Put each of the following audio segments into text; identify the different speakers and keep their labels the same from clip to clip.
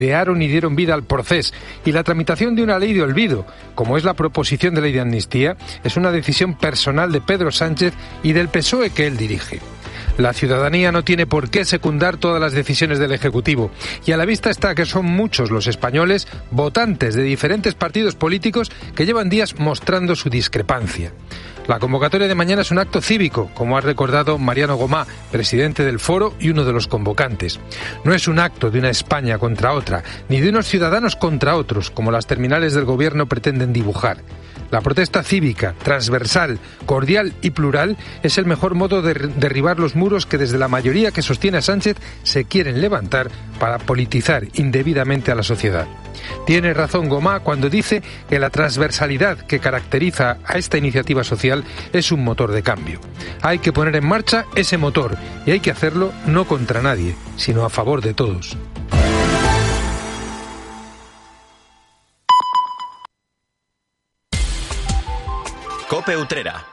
Speaker 1: idearon y dieron vida al Procés, y la tramitación de una ley de olvido, como es la proposición de ley de amnistía, es una decisión personal de Pedro Sánchez y del PSOE que él dirige. La ciudadanía no tiene por qué secundar todas las decisiones del Ejecutivo, y a la vista está que son muchos los españoles, votantes de diferentes partidos políticos, que llevan días mostrando su discrepancia. La convocatoria de mañana es un acto cívico, como ha recordado Mariano Gomá, presidente del foro y uno de los convocantes. No es un acto de una España contra otra, ni de unos ciudadanos contra otros, como las terminales del gobierno pretenden dibujar. La protesta cívica, transversal, cordial y plural es el mejor modo de derribar los muros que desde la mayoría que sostiene a Sánchez se quieren levantar para politizar indebidamente a la sociedad. Tiene razón Gomá cuando dice que la transversalidad que caracteriza a esta iniciativa social es un motor de cambio. Hay que poner en marcha ese motor y hay que hacerlo no contra nadie, sino a favor de todos.
Speaker 2: COPE Utrera.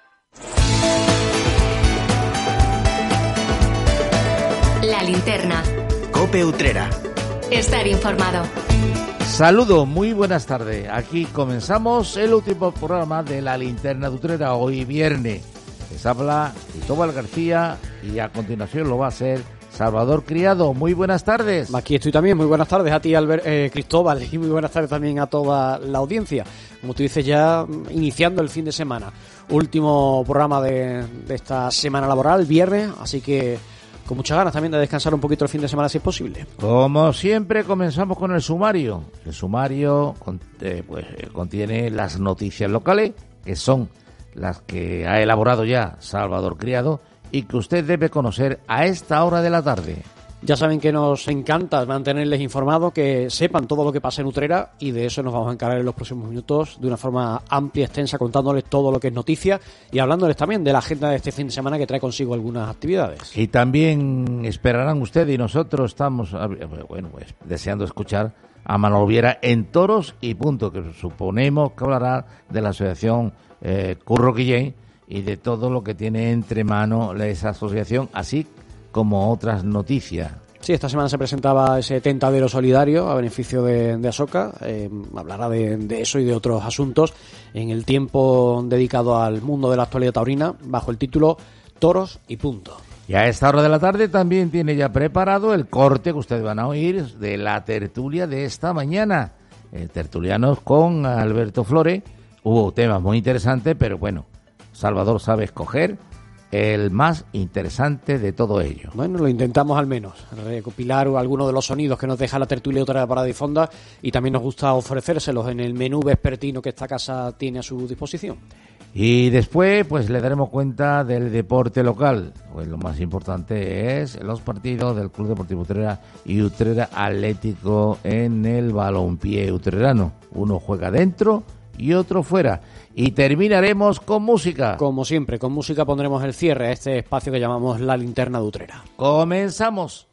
Speaker 3: La linterna.
Speaker 2: COPE Utrera.
Speaker 3: Estar informado.
Speaker 4: Saludos, muy buenas tardes. Aquí comenzamos el último programa de La Linterna de Utrera, hoy viernes. Les habla Cristóbal García y a continuación lo va a hacer Salvador Criado. Muy buenas tardes.
Speaker 5: Aquí estoy también. Muy buenas tardes a ti, Cristóbal, y muy buenas tardes también a toda la audiencia. Como tú dices, ya iniciando el fin de semana. Último programa de esta semana laboral, viernes, así que con muchas ganas también de descansar un poquito el fin de semana si es posible.
Speaker 4: Como siempre comenzamos con el sumario. El sumario contiene las noticias locales, que son las que ha elaborado ya Salvador Criado y que usted debe conocer a esta hora de la tarde.
Speaker 5: Ya saben que nos encanta mantenerles informados, que sepan todo lo que pasa en Utrera, y de eso nos vamos a encargar en los próximos minutos de una forma amplia, extensa, contándoles todo lo que es noticia y hablándoles también de la agenda de este fin de semana que trae consigo algunas actividades.
Speaker 4: Y también esperarán ustedes y nosotros estamos deseando escuchar a Manolo Viera en Toros y Punto, que suponemos que hablará de la asociación Curro Guillén y de todo lo que tiene entre manos esa asociación, así como otras noticias.
Speaker 5: Sí, esta semana se presentaba ese tentadero solidario a beneficio de Asoka. Hablará de eso y de otros asuntos en el tiempo dedicado al mundo de la actualidad taurina, bajo el título Toros y Punto.
Speaker 4: Y a esta hora de la tarde también tiene ya preparado el corte que ustedes van a oír de la tertulia de esta mañana. Tertulianos con Alberto Flores. Hubo temas muy interesantes, pero bueno, Salvador sabe escoger el más interesante de todo ello.
Speaker 5: Bueno, lo intentamos al menos, recopilar algunos de los sonidos que nos deja la tertulia Utrera Parada y Fonda, y también nos gusta ofrecérselos en el menú vespertino que esta casa tiene a su disposición.
Speaker 4: Y después pues le daremos cuenta del deporte local. Pues lo más importante es los partidos del Club Deportivo Utrera y Utrera Atlético en el balompié utrerano. Uno juega dentro y otro fuera. Y terminaremos con música.
Speaker 5: Como siempre, con música pondremos el cierre a este espacio que llamamos La Linterna de Utrera.
Speaker 4: Comenzamos.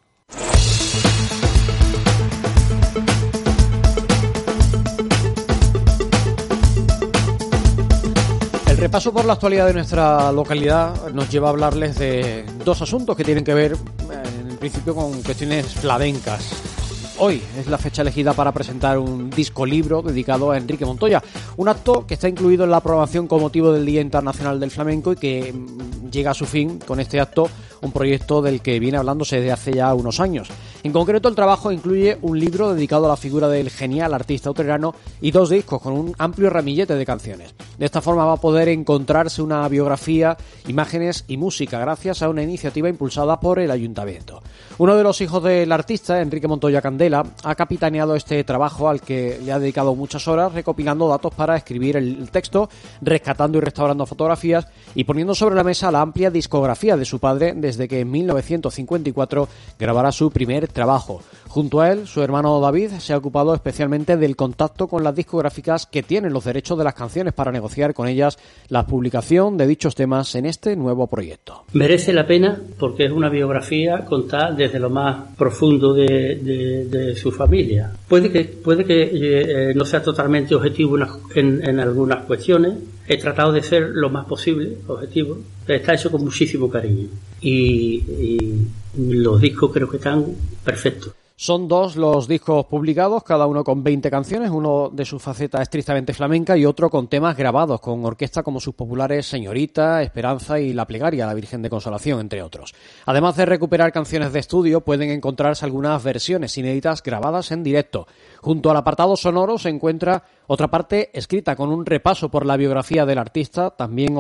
Speaker 5: El repaso por la actualidad de nuestra localidad nos lleva a hablarles de dos asuntos que tienen que ver, en principio, con cuestiones flamencas. Hoy es la fecha elegida para presentar un disco libro dedicado a Enrique Montoya, un acto que está incluido en la programación con motivo del Día Internacional del Flamenco y que llega a su fin con este acto, un proyecto del que viene hablándose desde hace ya unos años. En concreto, el trabajo incluye un libro dedicado a la figura del genial artista utrerano y dos discos con un amplio ramillete de canciones. De esta forma va a poder encontrarse una biografía, imágenes y música gracias a una iniciativa impulsada por el Ayuntamiento. Uno de los hijos del artista, Enrique Montoya Candela, ha capitaneado este trabajo al que le ha dedicado muchas horas recopilando datos para escribir el texto, rescatando y restaurando fotografías y poniendo sobre la mesa la amplia discografía de su padre desde que en 1954 grabara su primer trabajo. Junto a él, su hermano David se ha ocupado especialmente del contacto con las discográficas que tienen los derechos de las canciones para negociar con ellas la publicación de dichos temas en este nuevo proyecto.
Speaker 6: Merece la pena porque es una biografía contada desde lo más profundo de su familia. Puede que no sea totalmente objetivo en algunas cuestiones. He tratado de ser lo más posible objetivo, pero está hecho con muchísimo cariño y los discos creo que están perfectos.
Speaker 5: Son 2 los discos publicados, cada uno con 20 canciones, uno de su faceta estrictamente flamenca y otro con temas grabados con orquesta como sus populares Señorita, Esperanza y La Plegaria a la Virgen de Consolación, entre otros. Además de recuperar canciones de estudio, pueden encontrarse algunas versiones inéditas grabadas en directo. Junto al apartado sonoro se encuentra otra parte escrita con un repaso por la biografía del artista, también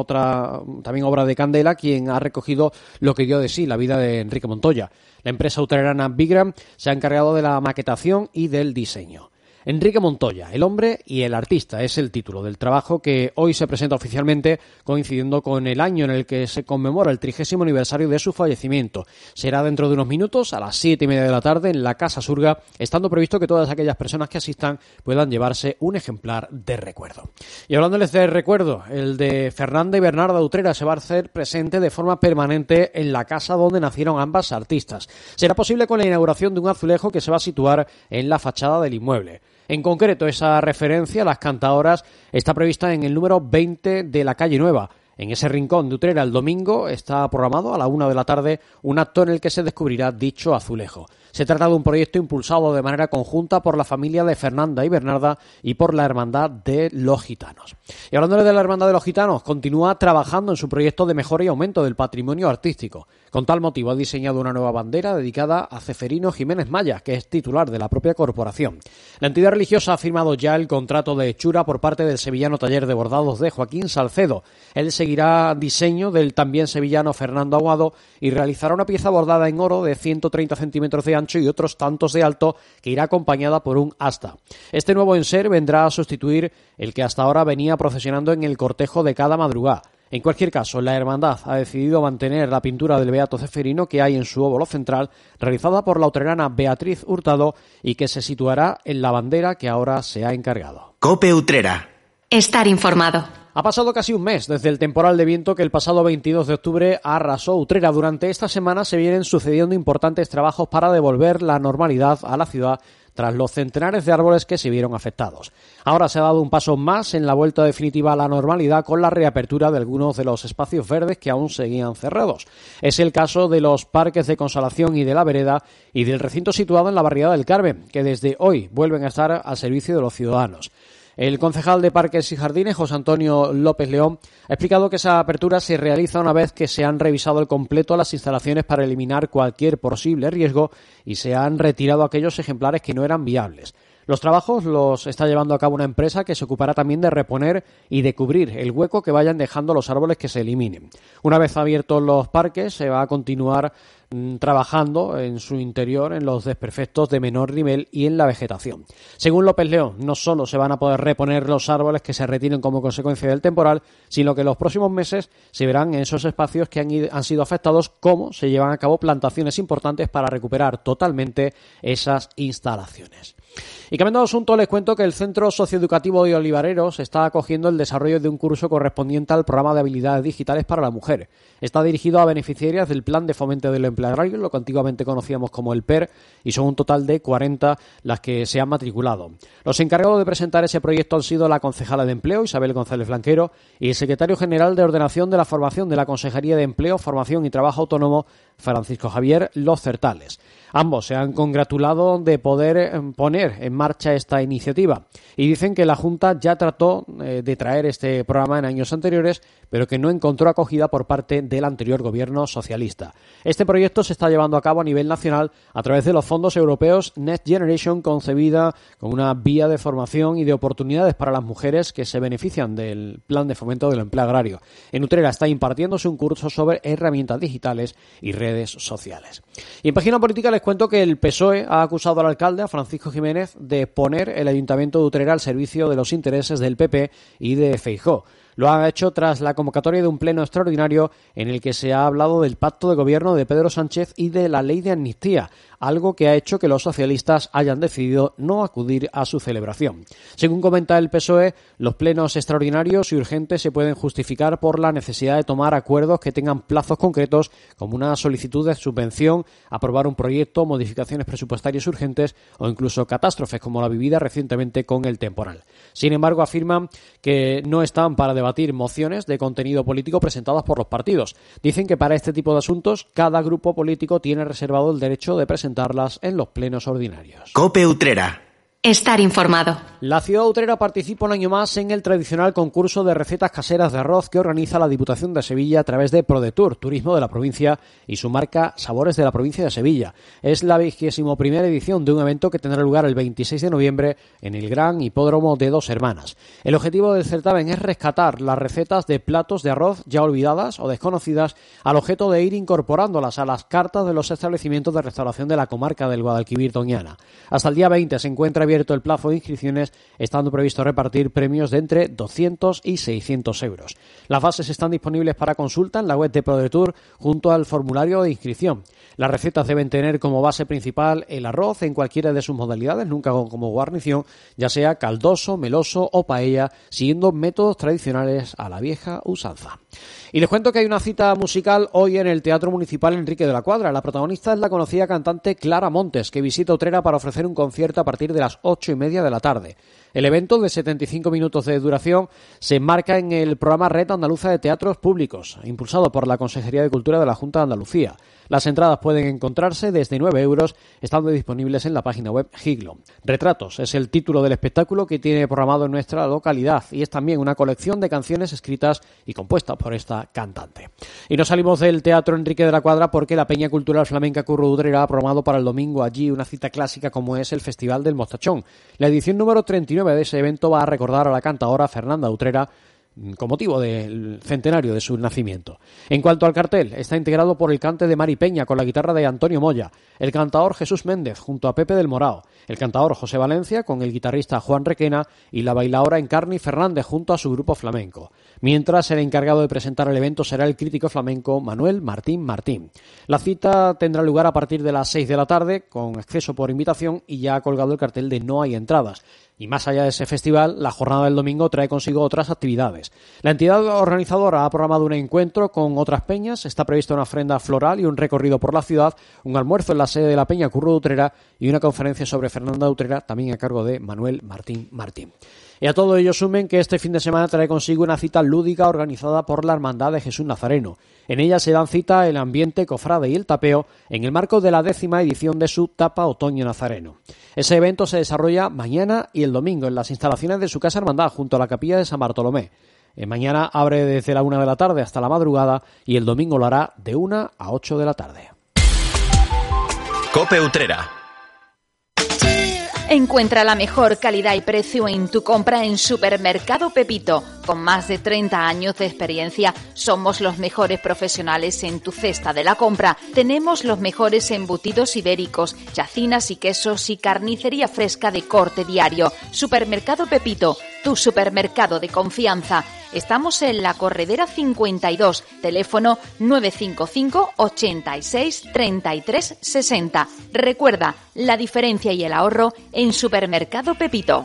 Speaker 5: obra de Candela, quien ha recogido lo que dio de sí la vida de Enrique Montoya. La empresa utrerana Bigram se ha encargado de la maquetación y del diseño. Enrique Montoya, el hombre y el artista, es el título del trabajo que hoy se presenta oficialmente, coincidiendo con el año en el que se conmemora el 30º aniversario de su fallecimiento. Será dentro de unos minutos, a las 7:30 de la tarde, en la Casa Surga, estando previsto que todas aquellas personas que asistan puedan llevarse un ejemplar de recuerdo. Y hablándoles de recuerdo, el de Fernanda y Bernarda Utrera se va a hacer presente de forma permanente en la casa donde nacieron ambas artistas. Será posible con la inauguración de un azulejo que se va a situar en la fachada del inmueble. En concreto, esa referencia a las cantaoras está prevista en el número 20 de la calle Nueva. En ese rincón de Utrera, el domingo, está programado a la 1 de la tarde un acto en el que se descubrirá dicho azulejo. Se trata de un proyecto impulsado de manera conjunta por la familia de Fernanda y Bernarda y por la Hermandad de los Gitanos. Y hablándole de la Hermandad de los Gitanos, continúa trabajando en su proyecto de mejora y aumento del patrimonio artístico. Con tal motivo ha diseñado una nueva bandera dedicada a Ceferino Jiménez Maya, que es titular de la propia corporación. La entidad religiosa ha firmado ya el contrato de hechura por parte del sevillano taller de bordados de Joaquín Salcedo. Él seguirá diseño del también sevillano Fernando Aguado y realizará una pieza bordada en oro de 130 centímetros de ancho y otros tantos de alto, que irá acompañada por un asta. Este nuevo enser vendrá a sustituir el que hasta ahora venía procesionando en el cortejo de cada madrugada. En cualquier caso, la hermandad ha decidido mantener la pintura del Beato Ceferino que hay en su óvulo central, realizada por la utrerana Beatriz Hurtado y que se situará en la bandera que ahora se ha encargado.
Speaker 2: COPE Utrera.
Speaker 3: Estar informado.
Speaker 5: Ha pasado casi un mes desde el temporal de viento que el pasado 22 de octubre arrasó Utrera. Durante esta semana se vienen sucediendo importantes trabajos para devolver la normalidad a la ciudad tras los centenares de árboles que se vieron afectados. Ahora se ha dado un paso más en la vuelta definitiva a la normalidad con la reapertura de algunos de los espacios verdes que aún seguían cerrados. Es el caso de los parques de Consolación y de la Vereda y del recinto situado en la barriada del Carmen, que desde hoy vuelven a estar al servicio de los ciudadanos. El concejal de Parques y Jardines, José Antonio López León, ha explicado que esa apertura se realiza una vez que se han revisado al completo las instalaciones para eliminar cualquier posible riesgo y se han retirado aquellos ejemplares que no eran viables. Los trabajos los está llevando a cabo una empresa que se ocupará también de reponer y de cubrir el hueco que vayan dejando los árboles que se eliminen. Una vez abiertos los parques, se va a continuar trabajando en su interior en los desperfectos de menor nivel y en la vegetación. Según López León, no solo se van a poder reponer los árboles que se retiren como consecuencia del temporal, sino que en los próximos meses se verán en esos espacios que han sido afectados cómo se llevan a cabo plantaciones importantes para recuperar totalmente esas instalaciones. Y cambiando de asunto, les cuento que el Centro Socioeducativo de Olivareros está acogiendo el desarrollo de un curso correspondiente al programa de habilidades digitales para la mujer. Está dirigido a beneficiarias del Plan de Fomento del Empleo Agrario, lo que antiguamente conocíamos como el PER, y son un total de 40 las que se han matriculado. Los encargados de presentar ese proyecto han sido la concejala de Empleo, Isabel González Blanquero, y el secretario general de Ordenación de la Formación de la Consejería de Empleo, Formación y Trabajo Autónomo, Francisco Javier Los Certales. Ambos se han congratulado de poder poner en marcha esta iniciativa y dicen que la Junta ya trató de traer este programa en años anteriores, pero que no encontró acogida por parte del anterior gobierno socialista. Este proyecto se está llevando a cabo a nivel nacional a través de los fondos europeos Next Generation, concebida como una vía de formación y de oportunidades para las mujeres que se benefician del Plan de Fomento del Empleo Agrario. En Utrera está impartiéndose un curso sobre herramientas digitales y redes sociales. Y en página política les cuento que el PSOE ha acusado al alcalde, a Francisco Jiménez, de poner el Ayuntamiento de Utrera al servicio de los intereses del PP y de Feijóo. Lo ha hecho tras la convocatoria de un pleno extraordinario en el que se ha hablado del pacto de gobierno de Pedro Sánchez y de la ley de amnistía, algo que ha hecho que los socialistas hayan decidido no acudir a su celebración. Según comenta el PSOE, los plenos extraordinarios y urgentes se pueden justificar por la necesidad de tomar acuerdos que tengan plazos concretos, como una solicitud de subvención, aprobar un proyecto, modificaciones presupuestarias urgentes o incluso catástrofes como la vivida recientemente con el temporal. Sin embargo, afirman que no están para debatir debatir mociones de contenido político presentadas por los partidos. Dicen que para este tipo de asuntos cada grupo político tiene reservado el derecho de presentarlas en los plenos ordinarios.
Speaker 2: COPE Utrera.
Speaker 3: Estar informado.
Speaker 5: La ciudad de Utrera participa un año más en el tradicional concurso de recetas caseras de arroz que organiza la Diputación de Sevilla a través de ProDetour, Turismo de la provincia, y su marca Sabores de la provincia de Sevilla. Es la 21ª edición de un evento que tendrá lugar el 26 de noviembre en el Gran Hipódromo de Dos Hermanas. El objetivo del certamen es rescatar las recetas de platos de arroz ya olvidadas o desconocidas, al objeto de ir incorporándolas a las cartas de los establecimientos de restauración de la comarca del Guadalquivir Doñana. Hasta el día 20 se encuentra abierto el plazo de inscripciones, estando previsto repartir premios de entre 200 y 600 euros. Las bases están disponibles para consulta en la web de ProDetour junto al formulario de inscripción. Las recetas deben tener como base principal el arroz en cualquiera de sus modalidades, nunca como guarnición, ya sea caldoso, meloso o paella, siguiendo métodos tradicionales a la vieja usanza. Y les cuento que hay una cita musical hoy en el Teatro Municipal Enrique de la Cuadra. La protagonista es la conocida cantante Clara Montes, que visita Utrera para ofrecer un concierto a partir de las 8:30 de la tarde. El evento, de 75 minutos de duración, se enmarca en el programa Red Andaluza de Teatros Públicos, impulsado por la Consejería de Cultura de la Junta de Andalucía. Las entradas pueden encontrarse desde 9 euros, estando disponibles en la página web Giglo. Retratos es el título del espectáculo que tiene programado en nuestra localidad y es también una colección de canciones escritas y compuestas por esta cantante. Y nos salimos del Teatro Enrique de la Cuadra porque la Peña Cultural Flamenca Curro de Utrera ha programado para el domingo allí una cita clásica como es el Festival del Mostachón. La edición número 39 de ese evento va a recordar a la cantadora Fernanda Utrera con motivo del centenario de su nacimiento. En cuanto al cartel, está integrado por el cante de Mari Peña con la guitarra de Antonio Moya, el cantador Jesús Méndez junto a Pepe del Morao, el cantador José Valencia con el guitarrista Juan Requena y la bailaora Encarni Fernández junto a su grupo flamenco. Mientras, el encargado de presentar el evento será el crítico flamenco Manuel Martín Martín. La cita tendrá lugar a partir de las 6 de la tarde, con acceso por invitación, y ya ha colgado el cartel de no hay entradas. Y más allá de ese festival, la jornada del domingo trae consigo otras actividades. La entidad organizadora ha programado un encuentro con otras peñas, está prevista una ofrenda floral y un recorrido por la ciudad, un almuerzo en la sede de la Peña Curro de Utrera y una conferencia sobre Fernanda Utrera, también a cargo de Manuel Martín Martín. Y a todo ello sumen que este fin de semana trae consigo una cita lúdica organizada por la Hermandad de Jesús Nazareno. En ella se dan cita el ambiente cofrade y el tapeo en el marco de la 10ª edición de su Tapa Otoño Nazareno. Ese evento se desarrolla mañana y el domingo en las instalaciones de su Casa Hermandad junto a la Capilla de San Bartolomé. Mañana abre desde la 1 de la tarde hasta la madrugada y el domingo lo hará de 1 a 8 de la tarde.
Speaker 2: COPE Utrera.
Speaker 7: Encuentra la mejor calidad y precio en tu compra en Supermercado Pepito. Con más de 30 años de experiencia, somos los mejores profesionales en tu cesta de la compra. Tenemos los mejores embutidos ibéricos, chacinas y quesos y carnicería fresca de corte diario. Supermercado Pepito, tu supermercado de confianza. Estamos en la Corredera 52, teléfono 955 86 33 60. Recuerda, la diferencia y el ahorro en Supermercado Pepito.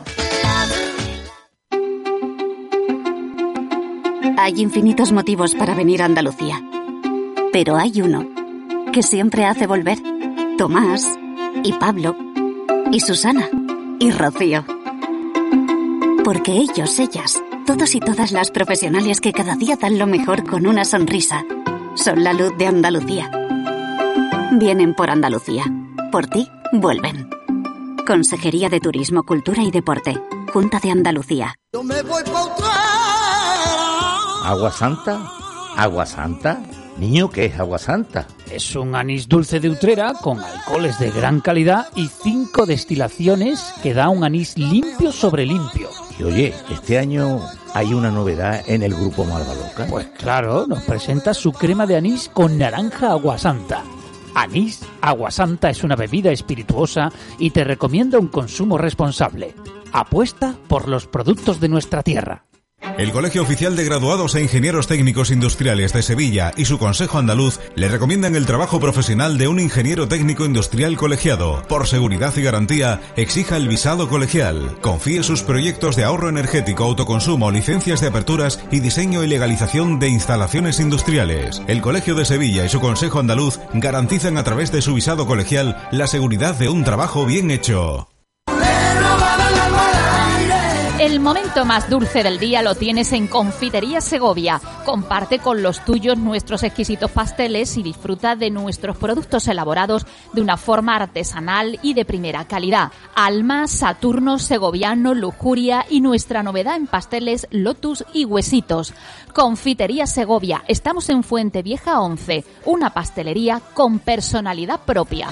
Speaker 8: Hay infinitos motivos para venir a Andalucía, pero hay uno que siempre hace volver. Tomás, y Pablo, y Susana, y Rocío. Porque ellos, ellas, todos y todas las profesionales que cada día dan lo mejor con una sonrisa, son la luz de Andalucía. Vienen por Andalucía. Por ti, vuelven. Consejería de Turismo, Cultura y Deporte. Junta de Andalucía.
Speaker 9: Yo me voy pa' Utrera.
Speaker 4: ¿Agua Santa? ¿Agua Santa? Niño, ¿qué es Agua Santa?
Speaker 10: Es un anís dulce de Utrera con alcoholes de gran calidad y 5 destilaciones que da un anís limpio sobre limpio.
Speaker 4: Y oye, este año hay una novedad en el grupo Malvaloca.
Speaker 10: Pues claro, nos presenta su crema de anís con naranja Agua Santa. Anís Agua Santa es una bebida espirituosa y te recomienda un consumo responsable. Apuesta por los productos de nuestra tierra.
Speaker 11: El Colegio Oficial de Graduados e Ingenieros Técnicos Industriales de Sevilla y su Consejo Andaluz le recomiendan el trabajo profesional de un ingeniero técnico industrial colegiado. Por seguridad y garantía, exija el visado colegial. Confíe sus proyectos de ahorro energético, autoconsumo, licencias de aperturas y diseño y legalización de instalaciones industriales. El Colegio de Sevilla y su Consejo Andaluz garantizan a través de su visado colegial la seguridad de un trabajo bien hecho.
Speaker 7: El momento más dulce del día lo tienes en Confitería Segovia. Comparte con los tuyos nuestros exquisitos pasteles y disfruta de nuestros productos elaborados de una forma artesanal y de primera calidad. Alma, Saturno, Segoviano, Lujuria y nuestra novedad en pasteles Lotus y Huesitos. Confitería Segovia. Estamos en Fuente Vieja 11, una pastelería con personalidad propia.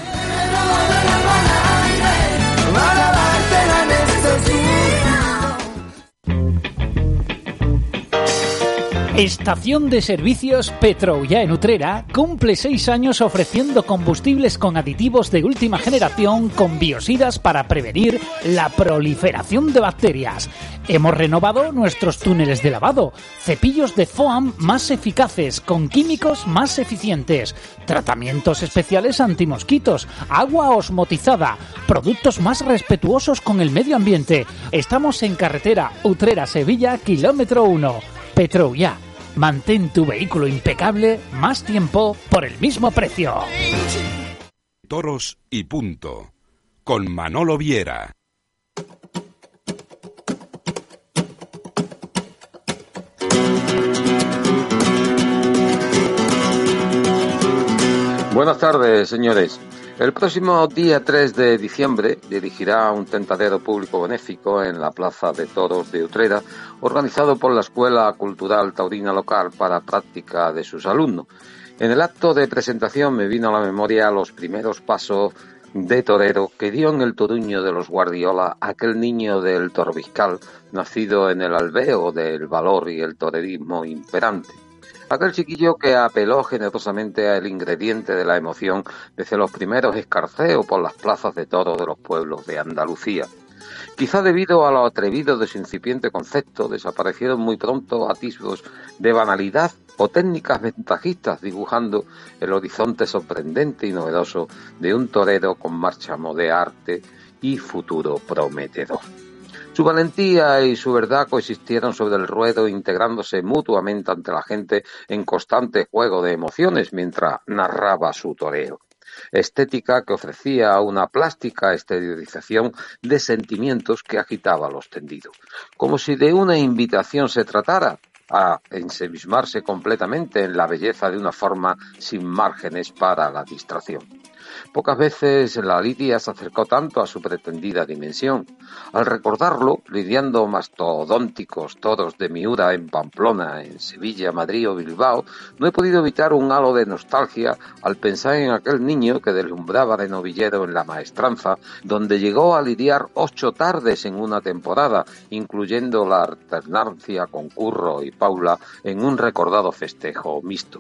Speaker 10: Estación de Servicios Petroullà en Utrera cumple 6 años ofreciendo combustibles con aditivos de última generación con biocidas para prevenir la proliferación de bacterias. Hemos renovado nuestros túneles de lavado, cepillos de foam más eficaces con químicos más eficientes, tratamientos especiales antimosquitos, agua osmotizada, productos más respetuosos con el medio ambiente. Estamos en carretera Utrera-Sevilla, kilómetro 1. Petroullà. Mantén tu vehículo impecable más tiempo por el mismo precio.
Speaker 9: Toros y punto. Con Manolo Viera.
Speaker 12: Buenas tardes, señores. El próximo día 3 de diciembre dirigirá un tentadero público benéfico en la Plaza de Toros de Utrera, organizado por la Escuela Cultural Taurina Local para práctica de sus alumnos. En el acto de presentación me vino a la memoria los primeros pasos de torero que dio en el Toruño de los Guardiola aquel niño del Torbiscal, nacido en el albeo del valor y el torerismo imperante. Aquel chiquillo que apeló generosamente al ingrediente de la emoción desde los primeros escarceos por las plazas de toros de los pueblos de Andalucía. Quizá debido a lo atrevido de su incipiente concepto, desaparecieron muy pronto atisbos de banalidad o técnicas ventajistas dibujando el horizonte sorprendente y novedoso de un torero con marchamo de arte y futuro prometedor. Su valentía y su verdad coexistieron sobre el ruedo, integrándose mutuamente ante la gente en constante juego de emociones mientras narraba su toreo. Estética que ofrecía una plástica exteriorización de sentimientos que agitaba los tendidos, como si de una invitación se tratara a ensimismarse completamente en la belleza de una forma sin márgenes para la distracción. Pocas veces la lidia se acercó tanto a su pretendida dimensión. Al recordarlo, lidiando mastodónticos toros de Miura en Pamplona, en Sevilla, Madrid o Bilbao, no he podido evitar un halo de nostalgia al pensar en aquel niño que deslumbraba de novillero en la maestranza, donde llegó a lidiar 8 tardes en una temporada, incluyendo la alternancia con Curro y Paula en un recordado festejo mixto.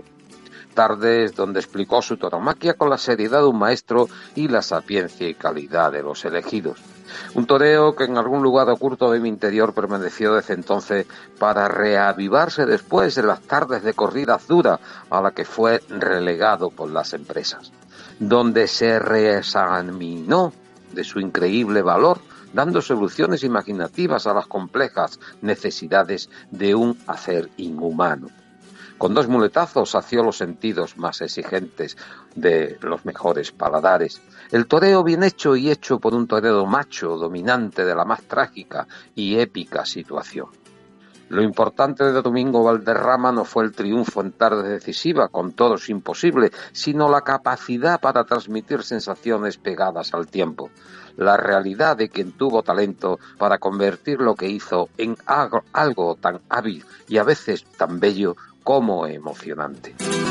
Speaker 12: Tardes donde explicó su tauromaquia con la seriedad de un maestro y la sapiencia y calidad de los elegidos. Un toreo que en algún lugar oculto de mi interior permaneció desde entonces para reavivarse después en las tardes de corridas duras a la que fue relegado por las empresas, donde se reexaminó de su increíble valor, dando soluciones imaginativas a las complejas necesidades de un hacer inhumano. Con 2 muletazos sació los sentidos más exigentes de los mejores paladares. El toreo bien hecho y hecho por un torero macho, dominante de la más trágica y épica situación. Lo importante de Domingo Valderrama no fue el triunfo en tarde decisiva con toros imposible, sino la capacidad para transmitir sensaciones pegadas al tiempo. La realidad de quien tuvo talento para convertir lo que hizo en algo tan hábil y a veces tan bello como emocionante.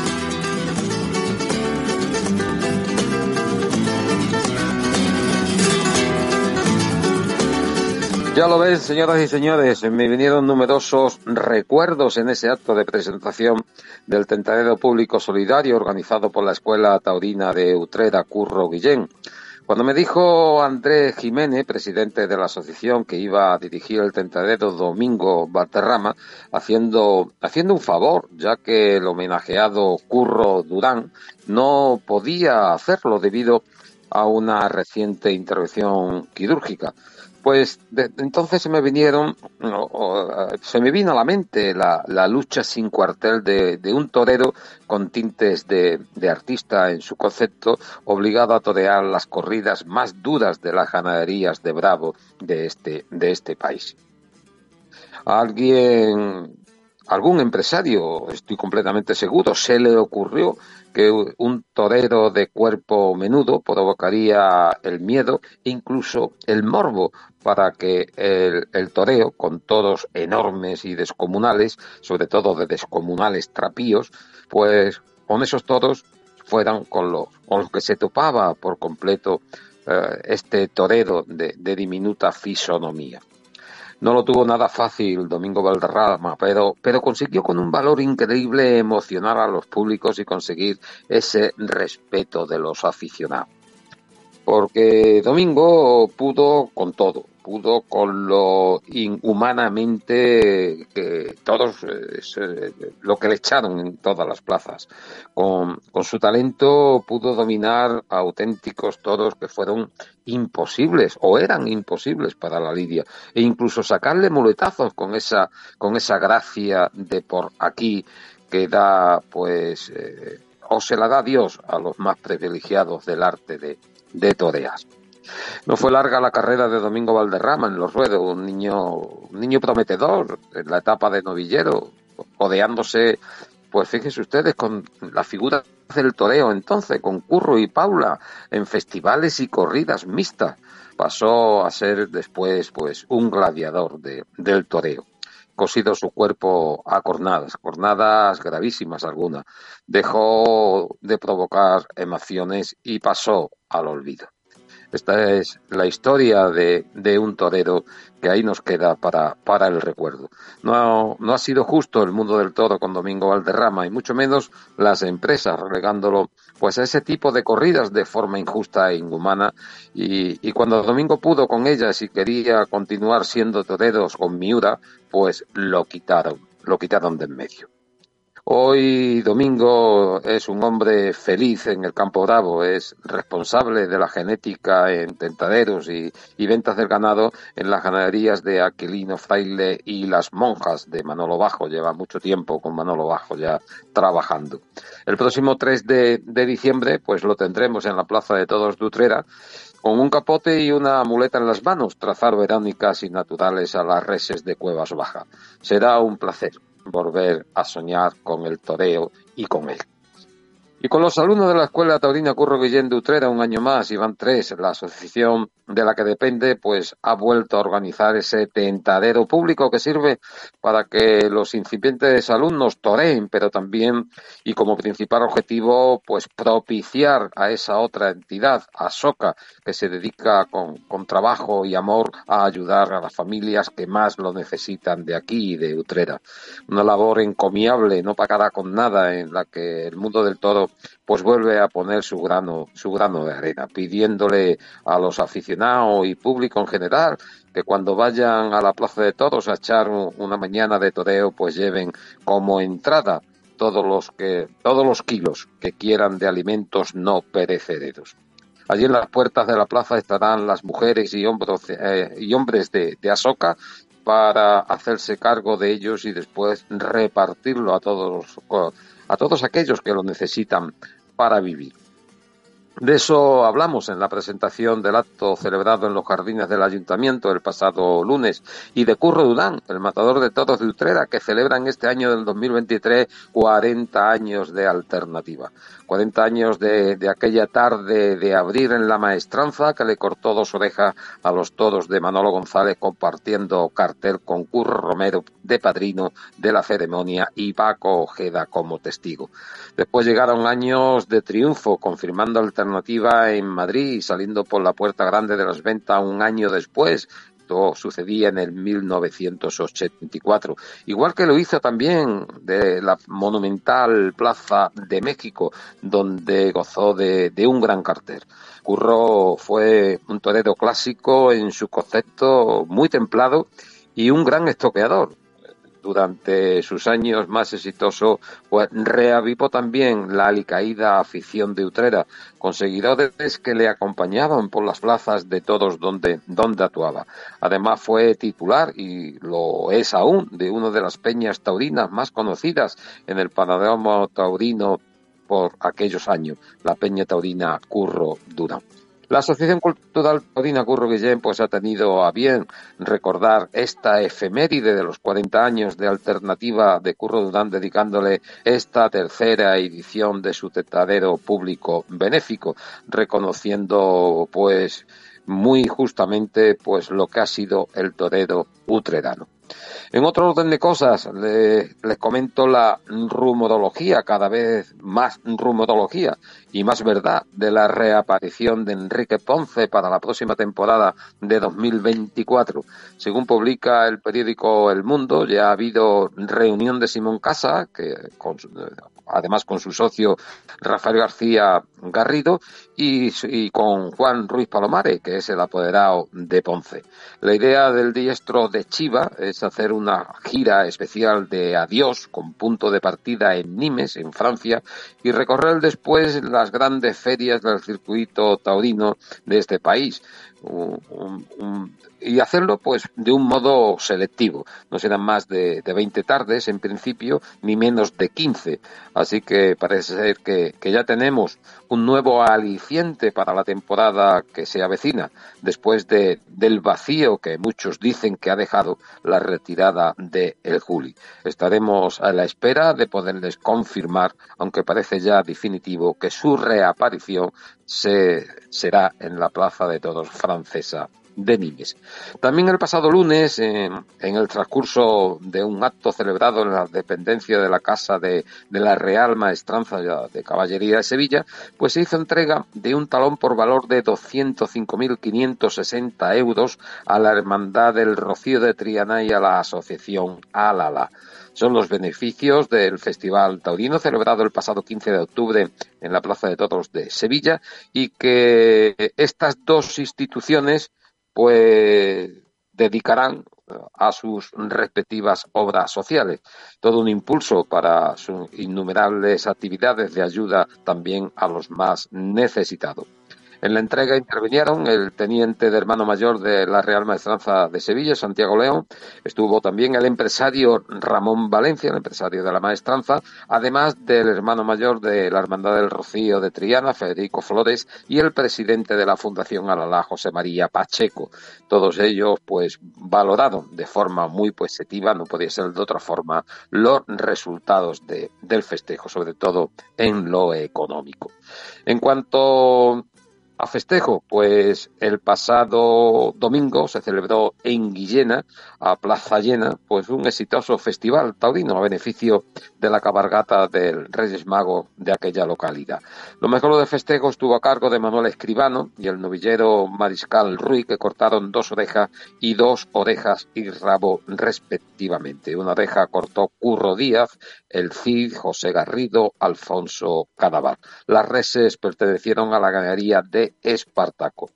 Speaker 12: Ya lo ven, señoras y señores, me vinieron numerosos recuerdos en ese acto de presentación del tentadero público solidario organizado por la Escuela Taurina de Utrera Curro Guillén. Cuando me dijo Andrés Jiménez, presidente de la asociación, que iba a dirigir el tentadero Domingo Valderrama, haciendo un favor, ya que el homenajeado Curro Durán no podía hacerlo debido a una reciente intervención quirúrgica. Pues entonces se me vino a la mente la lucha sin cuartel de un torero con tintes de artista en su concepto, obligado a torear las corridas más duras de las ganaderías de bravo de este país. A algún empresario, estoy completamente seguro, se le ocurrió que un torero de cuerpo menudo provocaría el miedo e incluso el morbo para que el toreo, con toros enormes y descomunales, sobre todo de descomunales trapíos, pues con esos toros fueran con los que se topaba por completo este torero de diminuta fisonomía. No lo tuvo nada fácil Domingo Valderrama, pero consiguió con un valor increíble emocionar a los públicos y conseguir ese respeto de los aficionados. Porque Domingo pudo con todo, pudo con lo inhumanamente que todos, lo que le echaron en todas las plazas. Con su talento pudo dominar a auténticos toros que fueron imposibles o eran imposibles para la lidia, e incluso sacarle muletazos con esa gracia de por aquí que da, pues, o se la da Dios a los más privilegiados del arte de torear. No fue larga la carrera de Domingo Valderrama en los ruedos, un niño prometedor en la etapa de novillero, codeándose, pues fíjense ustedes, con la figura del toreo entonces, con Curro y Paula, en festivales y corridas mixtas. Pasó a ser después, pues, un gladiador del toreo. Cosido su cuerpo a cornadas gravísimas algunas. Dejó de provocar emociones y pasó al olvido. Esta es la historia de un torero que ahí nos queda para el recuerdo. No ha sido justo el mundo del toro con Domingo Valderrama, y mucho menos las empresas, relegándolo pues a ese tipo de corridas de forma injusta e inhumana. Y cuando Domingo pudo con ellas y quería continuar siendo toreros con Miura, pues lo quitaron de en medio. Hoy Domingo es un hombre feliz en el Campo Bravo, es responsable de la genética en tentaderos y ventas del ganado en las ganaderías de Aquilino Fraile y Las Monjas de Manolo Bajo. Lleva mucho tiempo con Manolo Bajo ya trabajando. El próximo 3 de diciembre pues lo tendremos en la Plaza de Toros de Utrera, con un capote y una muleta en las manos, trazar verónicas y naturales a las reses de Cuevas Baja. Será un placer volver a soñar con el toreo y con él. Y con los alumnos de la Escuela Taurina Curro Guillén de Utrera, un año más, y van 3, la asociación de la que depende, pues ha vuelto a organizar ese tentadero público que sirve para que los incipientes alumnos toreen, pero también, y como principal objetivo, pues propiciar a esa otra entidad, a SOCA, que se dedica con trabajo y amor a ayudar a las familias que más lo necesitan de aquí y de Utrera. Una labor encomiable, no pagada con nada, en la que el mundo del toro pues vuelve a poner su grano de arena, pidiéndole a los aficionados y público en general que cuando vayan a la Plaza de Toros a echar una mañana de toreo, pues lleven como entrada todos los kilos que quieran de alimentos no perecederos. Allí en las puertas de la plaza estarán las mujeres y hombres de Asoca para hacerse cargo de ellos y después repartirlo a todos aquellos que lo necesitan para vivir. De eso hablamos en la presentación del acto celebrado en los jardines del Ayuntamiento el pasado lunes, y de Curro Durán, el matador de toros de Utrera, que celebra en este año del 2023 40 años de alternativa. 40 años de aquella tarde de abril en la maestranza que le cortó 2 orejas a los toros de Manolo González, compartiendo cartel con Curro Romero de padrino de la ceremonia y Paco Ojeda como testigo. Después llegaron años de triunfo, confirmando alternativa en Madrid y saliendo por la puerta grande de las ventas un año después. Esto sucedía en el 1984. Igual que lo hizo también de la monumental Plaza de México, donde gozó de un gran cartel. Curro fue un torero clásico en su concepto, muy templado y un gran estoqueador. Durante sus años más exitosos, pues reavivó también la alicaída afición de Utrera, con seguidores que le acompañaban por las plazas de todos donde actuaba. Además fue titular, y lo es aún, de una de las peñas taurinas más conocidas en el panorama taurino por aquellos años, la Peña Taurina Curro Durán. La Asociación Cultural Taurina Curro Guillén pues ha tenido a bien recordar esta efeméride de los 40 años de Alternativa de Curro Durán, dedicándole esta tercera edición de su tentadero público benéfico, reconociendo pues muy justamente pues lo que ha sido el torero utrerano. En otro orden de cosas, les comento la rumorología, cada vez más rumorología y más verdad, de la reaparición de Enrique Ponce para la próxima temporada de 2024. Según publica el periódico El Mundo, ya ha habido reunión de Simón Casa, que además con su socio Rafael García Garrido, y con Juan Ruiz Palomares, que es el apoderado de Ponce. La idea del diestro de Chiva es hacer una gira especial de adiós con punto de partida en Nimes, en Francia, y recorrer después las grandes ferias del circuito taurino de este país. Y hacerlo pues de un modo selectivo. No serán más de 20 tardes en principio, ni menos de 15. Así que parece ser que ya tenemos un nuevo aliciente para la temporada que se avecina, después del vacío que muchos dicen que ha dejado la retirada de el Juli. Estaremos a la espera de poderles confirmar, aunque parece ya definitivo, que su reaparición será en la Plaza de Toros francesa de Nimes. También el pasado lunes, en el transcurso de un acto celebrado en la dependencia de la Casa de la Real Maestranza de Caballería de Sevilla, pues se hizo entrega de un talón por valor de 205.560 euros a la Hermandad del Rocío de Triana y a la Asociación Alala. Son los beneficios del Festival Taurino celebrado el pasado 15 de octubre en la Plaza de Toros de Sevilla, y que estas dos instituciones pues dedicarán a sus respectivas obras sociales. Todo un impulso para sus innumerables actividades de ayuda también a los más necesitados. En la entrega intervinieron el teniente de hermano mayor de la Real Maestranza de Sevilla, Santiago León. Estuvo también el empresario Ramón Valencia, el empresario de la Maestranza, además del hermano mayor de la Hermandad del Rocío de Triana, Federico Flores, y el presidente de la Fundación Alala, José María Pacheco. Todos ellos pues valoraron de forma muy positiva, no podía ser de otra forma, los resultados del festejo, sobre todo en lo económico. En cuanto a festejo, pues el pasado domingo se celebró en Guillena, a plaza llena, pues un exitoso festival taurino a beneficio de la cabalgata del Reyes Magos de aquella localidad. Lo mejor del festejo estuvo a cargo de Manuel Escribano y el novillero Mariscal Ruiz, que cortaron 2 orejas y 2 orejas y rabo respectivamente. Una oreja cortó Curro Díaz, el Cid, José Garrido, Alfonso Cadaval. Las reses pertenecieron a la ganadería de Espartaco.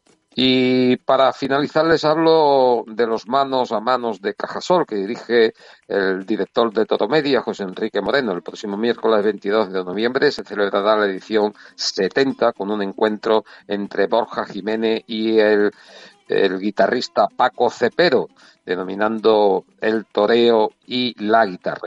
Speaker 12: Y para finalizar les hablo de los manos a manos de Cajasol, que dirige el director de Toromedia, José Enrique Moreno. El próximo miércoles 22 de noviembre se celebrará la edición 70 con un encuentro entre Borja Jiménez y el guitarrista Paco Cepero, denominando el toreo y la guitarra.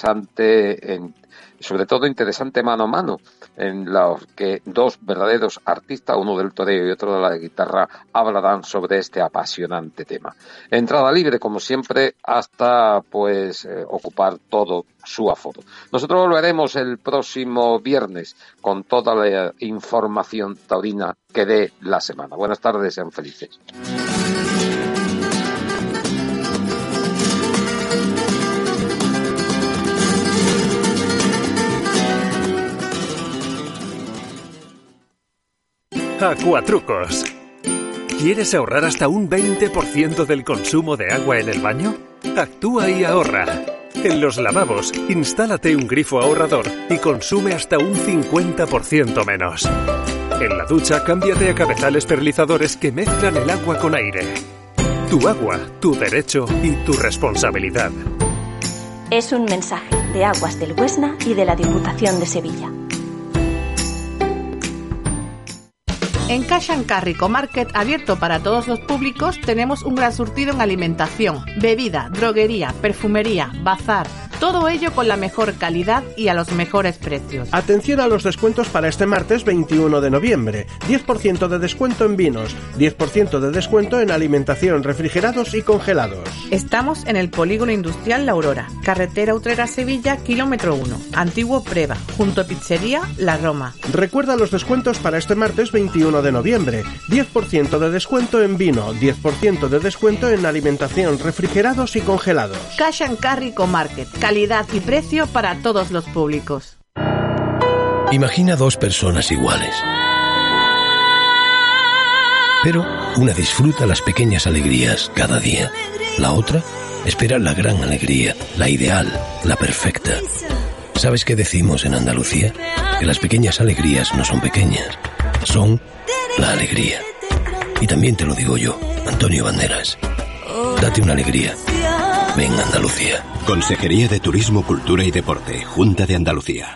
Speaker 12: Sobre todo interesante mano a mano, en los que dos verdaderos artistas, uno del toreo y otro de la guitarra, hablarán sobre este apasionante tema. Entrada libre, como siempre, hasta ocupar todo su aforo. Nosotros volveremos el próximo viernes con toda la información taurina que dé la semana. Buenas tardes, sean felices.
Speaker 13: Acuatrucos. ¿Quieres ahorrar hasta un 20% del consumo de agua en el baño? Actúa y ahorra. En los lavabos, instálate un grifo ahorrador y consume hasta un 50% menos. En la ducha, cámbiate a cabezales perlizadores que mezclan el agua con aire. Tu agua, tu derecho y tu responsabilidad.
Speaker 14: Es un mensaje de Aguas del Huesna y de la Diputación de Sevilla.
Speaker 15: En Cash and Carry Comarket, abierto para todos los públicos, tenemos un gran surtido en alimentación, bebida, droguería, perfumería, bazar. Todo ello con la mejor calidad y a los mejores precios.
Speaker 16: Atención a los descuentos para este martes 21 de noviembre. 10% de descuento en vinos, 10% de descuento en alimentación, refrigerados y congelados.
Speaker 15: Estamos en el Polígono Industrial La Aurora, carretera Utrera-Sevilla, kilómetro 1, antiguo Preva, junto a Pizzería La Roma.
Speaker 16: Recuerda los descuentos para este martes 21 de noviembre. 10% de descuento en vino, 10% de descuento en alimentación, refrigerados y congelados.
Speaker 15: Cash and Carry Comarket, calidad y precio para todos los públicos.
Speaker 17: Imagina dos personas iguales. Pero una disfruta las pequeñas alegrías cada día. La otra espera la gran alegría, la ideal, la perfecta. ¿Sabes qué decimos en Andalucía? Que las pequeñas alegrías no son pequeñas, son la alegría. Y también te lo digo yo, Antonio Banderas. Date una alegría. Ven Andalucía.
Speaker 2: Consejería de Turismo, Cultura y Deporte, Junta de Andalucía.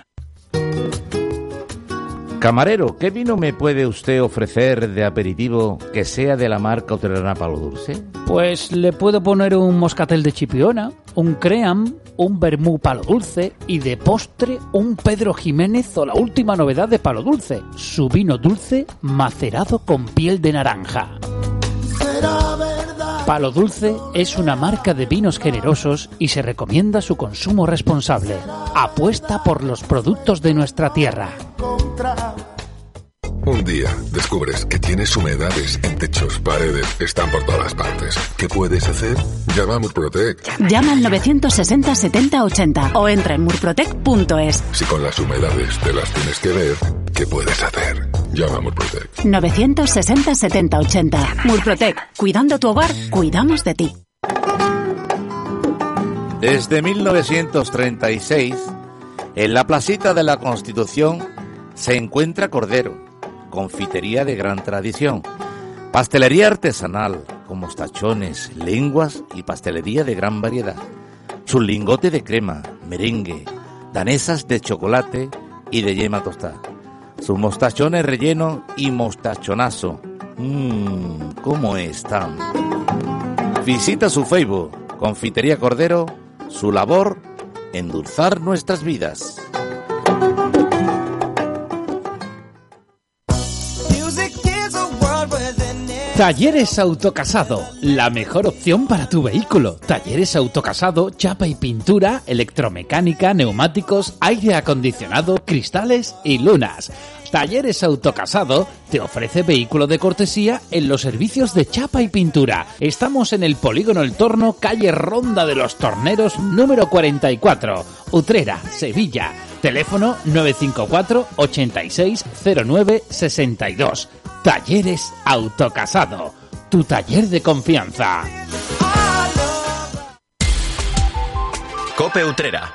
Speaker 4: Camarero, ¿qué vino me puede usted ofrecer de aperitivo que sea de la marca Utrerana Palo Dulce?
Speaker 10: Pues le puedo poner un moscatel de Chipiona, un cream, un vermú Palo Dulce y de postre un Pedro Jiménez o la última novedad de Palo Dulce, su vino dulce macerado con piel de naranja. Palo Dulce es una marca de vinos generosos y se recomienda su consumo responsable. Apuesta por los productos de nuestra tierra.
Speaker 18: Un día descubres que tienes humedades en techos, paredes, están por todas partes. ¿Qué puedes hacer? Llama a Murprotec.
Speaker 8: Llama al 960 70 80 o entra en murprotec.es.
Speaker 18: Si con las humedades te las tienes que ver, ¿qué puedes hacer? Llama a Murprotec.
Speaker 8: 960 70 80. Murprotec. Cuidando tu hogar, cuidamos de ti.
Speaker 4: Desde 1936, en la placita de la Constitución se encuentra Cordero, confitería de gran tradición, pastelería artesanal con mostachones, lenguas y pastelería de gran variedad, su lingote de crema, merengue, danesas de chocolate y de yema tostada, sus mostachones relleno y mostachonazo. ¿Cómo están? Visita su Facebook, Confitería Cordero, su labor, endulzar nuestras vidas.
Speaker 10: Talleres Autocasado, la mejor opción para tu vehículo. Talleres Autocasado, chapa y pintura, electromecánica, neumáticos, aire acondicionado, cristales y lunas. Talleres Autocasado te ofrece vehículo de cortesía en los servicios de chapa y pintura. Estamos en el Polígono El Torno, calle Ronda de los Torneros, número 44, Utrera, Sevilla. Teléfono 954 8609 62. Talleres Autocasado, tu taller de confianza.
Speaker 2: COPE Utrera.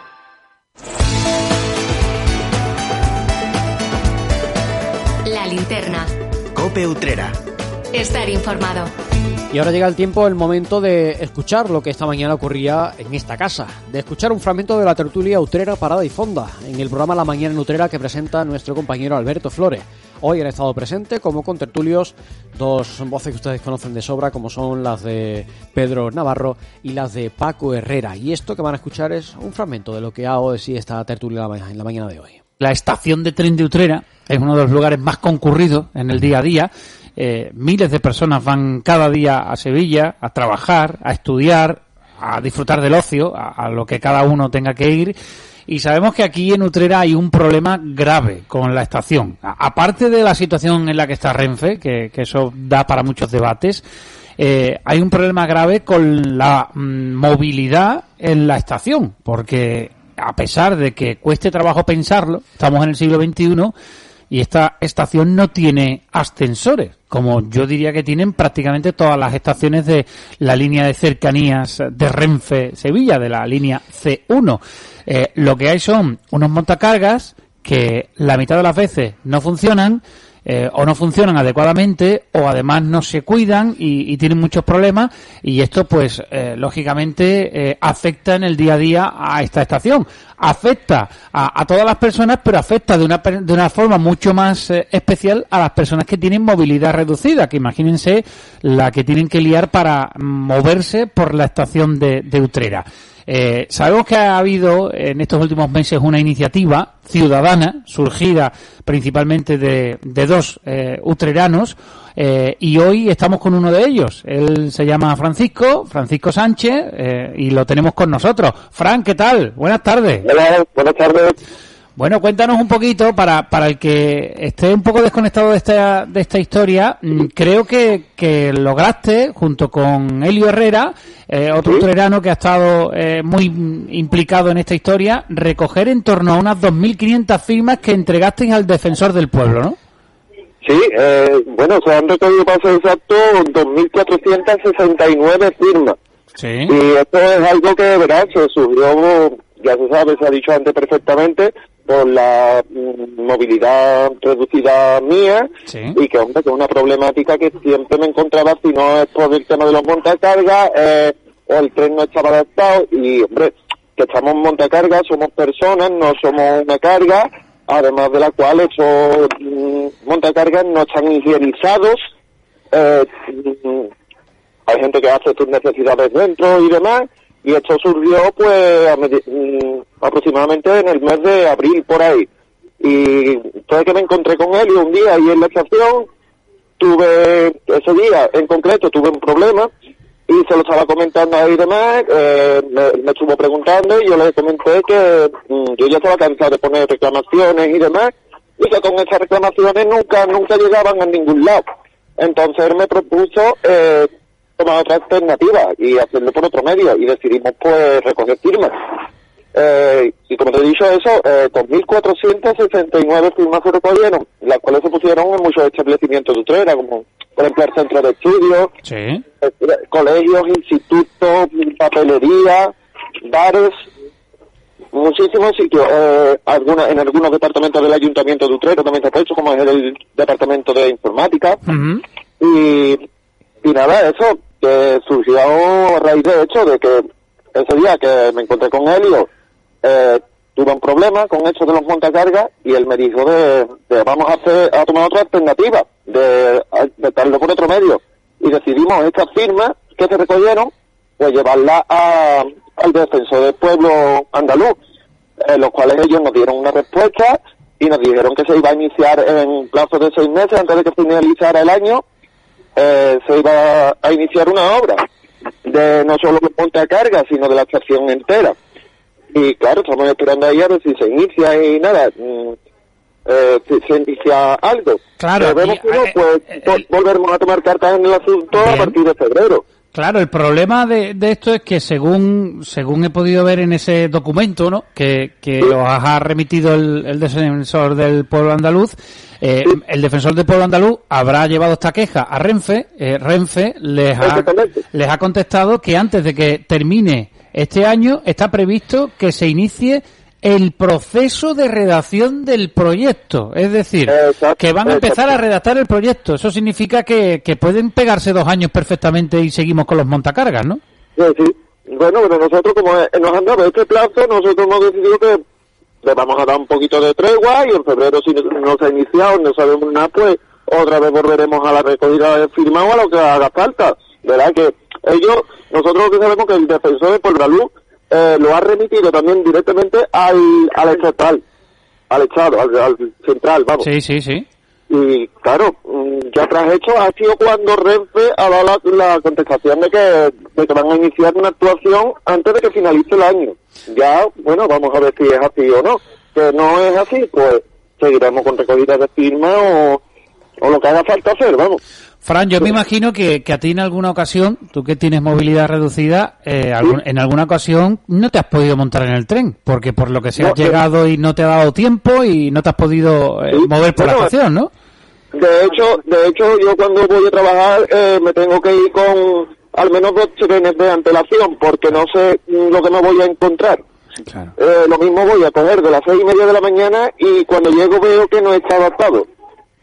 Speaker 3: La linterna.
Speaker 2: COPE Utrera.
Speaker 3: Estar informado.
Speaker 5: Y ahora llega el momento de escuchar lo que esta mañana ocurría en esta casa, de escuchar un fragmento de la tertulia Utrera Parada y Fonda, en el programa La Mañana en Utrera que presenta nuestro compañero Alberto Flores. Hoy han estado presentes como contertulios dos voces que ustedes conocen de sobra, como son las de Pedro Navarro y las de Paco Herrera. Y esto que van a escuchar es un fragmento de lo que ha sido esta tertulia en la mañana de hoy.
Speaker 10: La estación de tren de Utrera es uno de los lugares más concurridos en el día a día. Miles de personas van cada día a Sevilla a trabajar, a estudiar, a disfrutar del ocio, a lo que cada uno tenga que ir. Y sabemos que aquí en Utrera hay un problema grave con la estación. Aparte de la situación en la que está Renfe, que eso da para muchos debates, hay un problema grave con la movilidad en la estación, porque a pesar de que cueste trabajo pensarlo, estamos en el siglo XXI y esta estación no tiene ascensores, como yo diría que tienen prácticamente todas las estaciones de la línea de cercanías de Renfe Sevilla, de la línea C1. Lo que hay son unos montacargas que la mitad de las veces no funcionan o no funcionan adecuadamente o además no se cuidan y tienen muchos problemas, y esto pues lógicamente afecta en el día a día a esta estación. Afecta a todas las personas, pero afecta de una forma mucho más especial a las personas que tienen movilidad reducida, que imagínense la que tienen que liar para moverse por la estación de Utrera. Sabemos que ha habido en estos últimos meses una iniciativa ciudadana surgida principalmente de dos utreranos, y hoy estamos con uno de ellos. Él se llama Francisco Sánchez, y lo tenemos con nosotros. Fran, ¿qué tal? Buenas tardes.
Speaker 19: Hola, buenas tardes.
Speaker 10: Bueno, cuéntanos un poquito, para el que esté un poco desconectado de esta historia. Creo que lograste, junto con Elio Herrera, otro utrerano que ha estado muy implicado en esta historia, recoger en torno a unas 2.500 firmas que entregasteis al defensor del pueblo, ¿no?
Speaker 19: Sí, bueno, se han recogido, para ser exacto, 2.469 firmas.
Speaker 10: Sí.
Speaker 19: Y esto es algo que, verás, se surgió, ya se sabe, se ha dicho antes perfectamente, por la movilidad reducida mía,
Speaker 10: sí.
Speaker 19: Y que, hombre, que es una problemática que siempre me encontraba, si no es por el tema de los montacargas, o el tren no estaba adaptado, y, hombre, que estamos en montacargas, somos personas, no somos una carga, además de la cual esos montacargas no están higienizados, hay gente que hace sus necesidades dentro y demás, y esto surgió pues aproximadamente en el mes de abril, por ahí. Y fue que me encontré con él, y un día ahí en la estación ese día en concreto tuve un problema, y se lo estaba comentando ahí y demás, me estuvo preguntando, y yo le comenté que yo ya estaba cansado de poner reclamaciones y demás, y que con esas reclamaciones nunca llegaban a ningún lado. Entonces él me propuso tomar otra alternativa y hacerlo por otro medio, y decidimos pues recoger firmas. Y como te he dicho eso, 2.469 firmas se recogieron, las cuales se pusieron en muchos establecimientos de Utrera, como por ejemplo el centro de estudios,
Speaker 10: sí.
Speaker 19: Colegios, institutos, papelería, bares, muchísimos sitios, en algunos departamentos del Ayuntamiento de Utrera también se ha hecho, como es el departamento de informática.
Speaker 10: Uh-huh.
Speaker 19: Y nada, eso que surgió a raíz de hecho de que ese día que me encontré con Helio, tuve un problema con eso de los montacargas, y él me dijo de vamos a tomar otra alternativa, de darlo por otro medio, y decidimos estas firmas que se recogieron, pues llevarlas al defensor del pueblo andaluz, los cuales ellos nos dieron una respuesta y nos dijeron que se iba a iniciar en plazo de 6 meses, antes de que finalizara el año. Se iba a iniciar una obra de no solo de montacargas, sino de la estación entera. Y claro, estamos esperando ahí a ver si se inicia y nada, si se inicia algo.
Speaker 10: Claro.
Speaker 19: Vemos que no, pues volveremos a tomar cartas en el asunto a partir de febrero.
Speaker 10: Claro, el problema de esto es que según he podido ver en ese documento, ¿no?, que os ha remitido el defensor del pueblo andaluz, el defensor del pueblo andaluz habrá llevado esta queja a Renfe. Renfe les ha contestado que antes de que termine este año está previsto que se inicie el proceso de redacción del proyecto, es decir, que van a empezar a redactar el proyecto. Eso significa que pueden pegarse 2 años perfectamente y seguimos con los montacargas, ¿no?
Speaker 19: Sí. Bueno, nosotros, como nos han dado este plazo, nosotros hemos decidido que le vamos a dar un poquito de tregua, y en febrero, si no se ha iniciado, no sabemos nada, pues otra vez volveremos a la recogida de firma o a lo que haga falta. ¿Verdad? Que nosotros lo que sabemos que el defensor de Pueblaluz lo ha remitido también directamente al estatal, al Estado, al central, vamos.
Speaker 10: Sí.
Speaker 19: Y claro, ya tras hecho ha sido cuando Renfe ha dado la contestación de que van a iniciar una actuación antes de que finalice el año. Ya, bueno, vamos a ver si es así o no. Que no es así, pues seguiremos con recogidas de firma o lo que haga falta hacer, vamos.
Speaker 10: Fran, yo me imagino que a ti en alguna ocasión, tú que tienes movilidad reducida, en alguna ocasión no te has podido montar en el tren, porque por lo que se has llegado y no te ha dado tiempo y no te has podido mover por la estación, ¿no?
Speaker 19: De hecho, yo cuando voy a trabajar me tengo que ir con al menos 2 trenes de antelación, porque no sé lo que me voy a encontrar.
Speaker 10: Claro.
Speaker 19: Lo mismo voy a coger de las 6:30 de la mañana, y cuando llego veo que no está adaptado.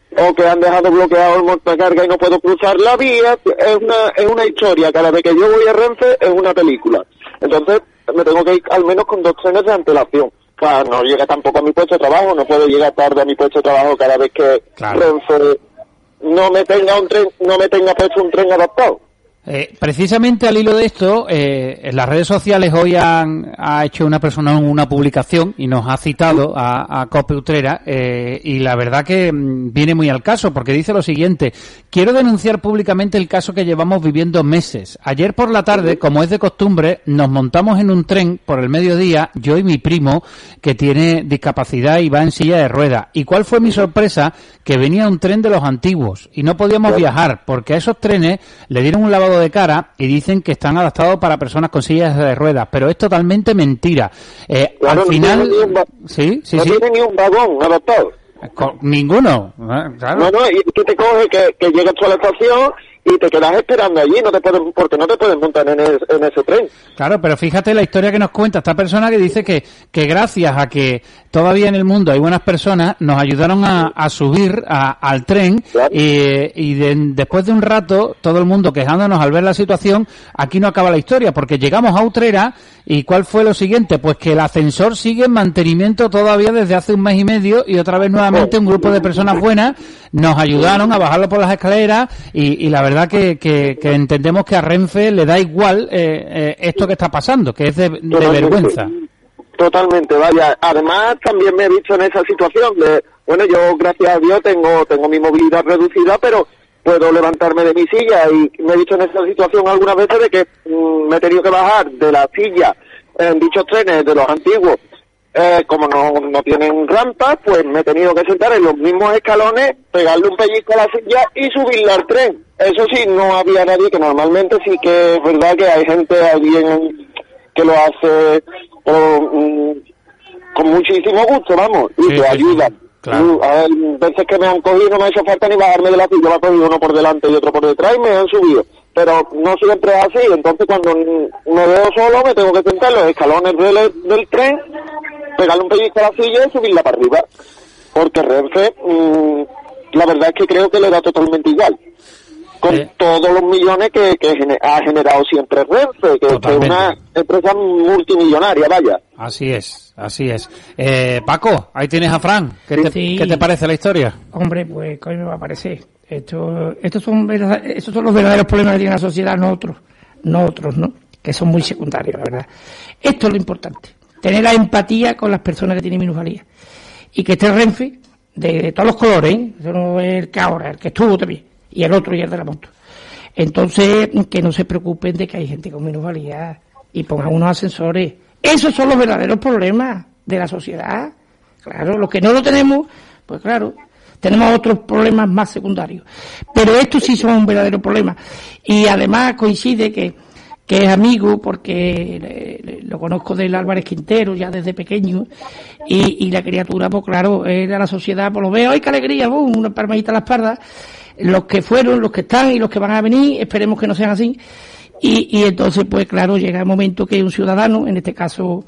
Speaker 19: o que han dejado bloqueado el montacarga y no puedo cruzar la vía. Es una historia. Cada vez que yo voy a Renfe es una película. Entonces me tengo que ir al menos con 2 trenes de antelación. Claro, no llega tampoco a mi puesto de trabajo, no puedo llegar tarde a mi puesto de trabajo cada vez que Renfe no me tenga puesto un tren adaptado.
Speaker 10: Precisamente al hilo de esto, en las redes sociales hoy ha hecho una persona una publicación y nos ha citado a COPE Utrera, y la verdad que viene muy al caso, porque dice lo siguiente: quiero denunciar públicamente el caso que llevamos viviendo meses. Ayer por la tarde, como es de costumbre, nos montamos en un tren por el mediodía, yo y mi primo, que tiene discapacidad y va en silla de ruedas. ¿Y cuál fue mi sorpresa? Que venía un tren de los antiguos y no podíamos viajar, porque a esos trenes le dieron un lavado de cara y dicen que están adaptados para personas con sillas de ruedas, pero es totalmente mentira.
Speaker 19: Claro,
Speaker 10: al final,
Speaker 19: no tiene ni un vagón adaptado.
Speaker 10: Ninguno. Claro.
Speaker 19: No, y tú te coges que llegas tú a la estación y te quedas esperando allí, porque no te pueden montar en ese tren.
Speaker 10: Claro, pero fíjate la historia que nos cuenta esta persona, que dice que gracias a que todavía en el mundo hay buenas personas, nos ayudaron a subir al tren, claro. y después de un rato, todo el mundo quejándonos al ver la situación, aquí no acaba la historia, porque llegamos a Utrera, y ¿cuál fue lo siguiente? Pues que el ascensor sigue en mantenimiento todavía desde hace un mes y medio, y otra vez nuevamente un grupo de personas buenas nos ayudaron a bajarlo por las escaleras, y la verdad que entendemos que a Renfe le da igual esto que está pasando, que es de vergüenza.
Speaker 19: Totalmente, vaya. Además, también me he visto en esa situación de, bueno, yo gracias a Dios tengo mi movilidad reducida, pero puedo levantarme de mi silla, y me he visto en esa situación algunas veces de que me he tenido que bajar de la silla en dichos trenes de los antiguos. Como no tienen rampas, pues me he tenido que sentar en los mismos escalones, pegarle un pellizco a la silla y subirla al tren. Eso sí, no había nadie, que normalmente sí que es verdad que hay gente alguien que lo hace con muchísimo gusto, vamos, y te ayudan. Claro. Hay veces que me han cogido, no me ha hecho falta ni bajarme de la silla, me ha cogido uno por delante y otro por detrás y me han subido. Pero no siempre es así, entonces cuando me veo solo me tengo que sentar en los escalones del tren, pegarle un pellizco a la silla y subirla para arriba. Porque Renfe, la verdad es que creo que le da totalmente igual. Con todos los millones que ha generado siempre Renfe, que es una empresa multimillonaria, vaya.
Speaker 10: Así es. Paco, ahí tienes a Fran. ¿Qué te parece la historia?
Speaker 20: Hombre, pues, ¿cómo me va a parecer? Estos son los verdaderos problemas que tiene la sociedad, no otros, ¿no? Que son muy secundarios, la verdad. Esto es lo importante. Tener la empatía con las personas que tienen minusvalía. Y que esté Renfe, de todos los colores, ¿eh? Eso no es el que ahora, el que estuvo también. Y el otro y el de la moto. Entonces, que no se preocupen de que hay gente con minusvalía y pongan unos ascensores. Esos son los verdaderos problemas de la sociedad. Claro, los que no lo tenemos, pues claro, tenemos otros problemas más secundarios. Pero estos sí son un verdadero problema. Y además coincide que es amigo, porque lo conozco del Álvarez Quintero ya desde pequeño, y la criatura, pues claro, él a la sociedad, pues lo veo, ¡ay, qué alegría! Una palmadita a la espalda. Los que fueron, los que están y los que van a venir, esperemos que no sean así. Y entonces, pues claro, llega el momento que un ciudadano, en este caso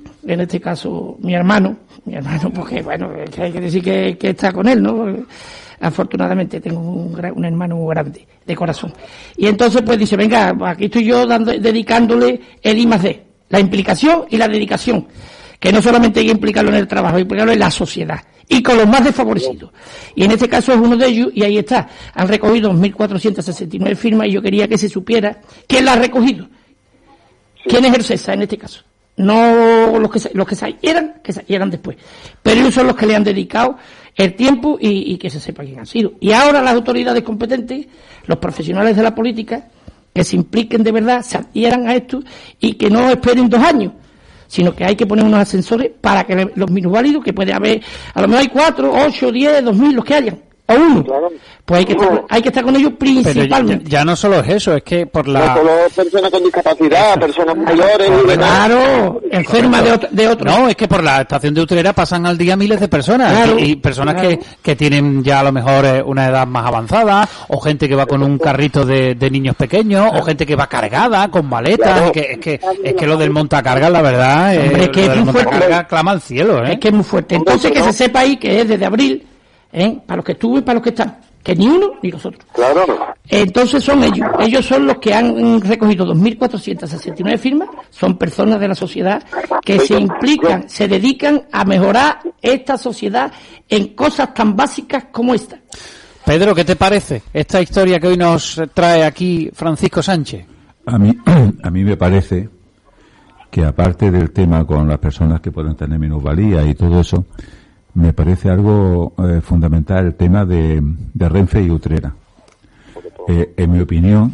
Speaker 20: mi hermano, porque bueno, hay que decir que está con él, ¿no? Afortunadamente tengo un hermano grande, de corazón. Y entonces pues dice, venga, aquí estoy yo dedicándole el I+D, la implicación y la dedicación, que no solamente hay que implicarlo en el trabajo, hay que implicarlo en la sociedad, y con los más desfavorecidos. Y en este caso es uno de ellos, y ahí está. Han recogido 2.469 firmas, y yo quería que se supiera quién la ha recogido. ¿Quién es el César en este caso? No los que salieran después. Pero ellos son los que le han dedicado el tiempo y que se sepa quién ha sido. Y ahora las autoridades competentes, los profesionales de la política, que se impliquen de verdad, se adhieran a esto y que no esperen 2 años, sino que hay que poner unos ascensores para que los minusválidos, que puede haber, a lo mejor hay 4, 8, 10, 2.000, los que hayan, o uno, claro. Pues hay que estar con ellos principalmente.
Speaker 10: Pero ya no solo es eso, es que por la...
Speaker 19: No solo personas con discapacidad, personas mayores...
Speaker 20: Claro, enfermas de otros.
Speaker 10: No, es que por la estación de Utrera pasan al día miles de personas, claro, y personas que tienen ya a lo mejor una edad más avanzada, o gente que va con un carrito de niños pequeños, o gente que va cargada, con maletas, claro. Es que lo del montacargas, la verdad,
Speaker 20: hombre, es que
Speaker 10: lo del montacargas clama al cielo, ¿eh?
Speaker 20: Es que es muy fuerte. Entonces que se sepa ahí que es desde abril, Para los que estuvo y para los que están. Que ni uno ni los otros.
Speaker 19: Claro.
Speaker 20: Entonces son ellos. Ellos son los que han recogido 2.469 firmas. Son personas de la sociedad que se implican, se dedican a mejorar esta sociedad en cosas tan básicas como esta.
Speaker 5: Pedro, ¿qué te parece esta historia que hoy nos trae aquí Francisco Sánchez?
Speaker 21: A mí me parece que, aparte del tema con las personas que pueden tener minusvalía y todo eso, me parece algo fundamental el tema de Renfe y Utrera. En mi opinión,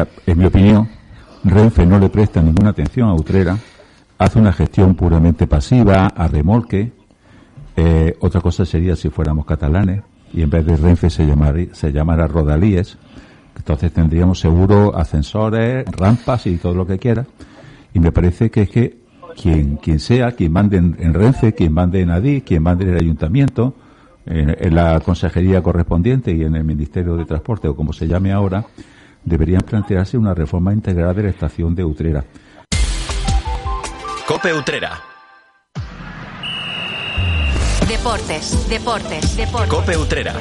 Speaker 21: Renfe no le presta ninguna atención a Utrera, hace una gestión puramente pasiva, a remolque. Otra cosa sería si fuéramos catalanes y en vez de Renfe se llamara Rodalíes, entonces tendríamos seguro ascensores, rampas y todo lo que quiera. Y me parece que es que quien sea, quien mande en Renfe, quien mande en Adif, quien mande en el ayuntamiento, en la consejería correspondiente y en el Ministerio de Transporte o como se llame ahora, deberían plantearse una reforma integral de la estación de Utrera.
Speaker 22: COPE Utrera.
Speaker 3: Deportes.
Speaker 22: COPE Utrera.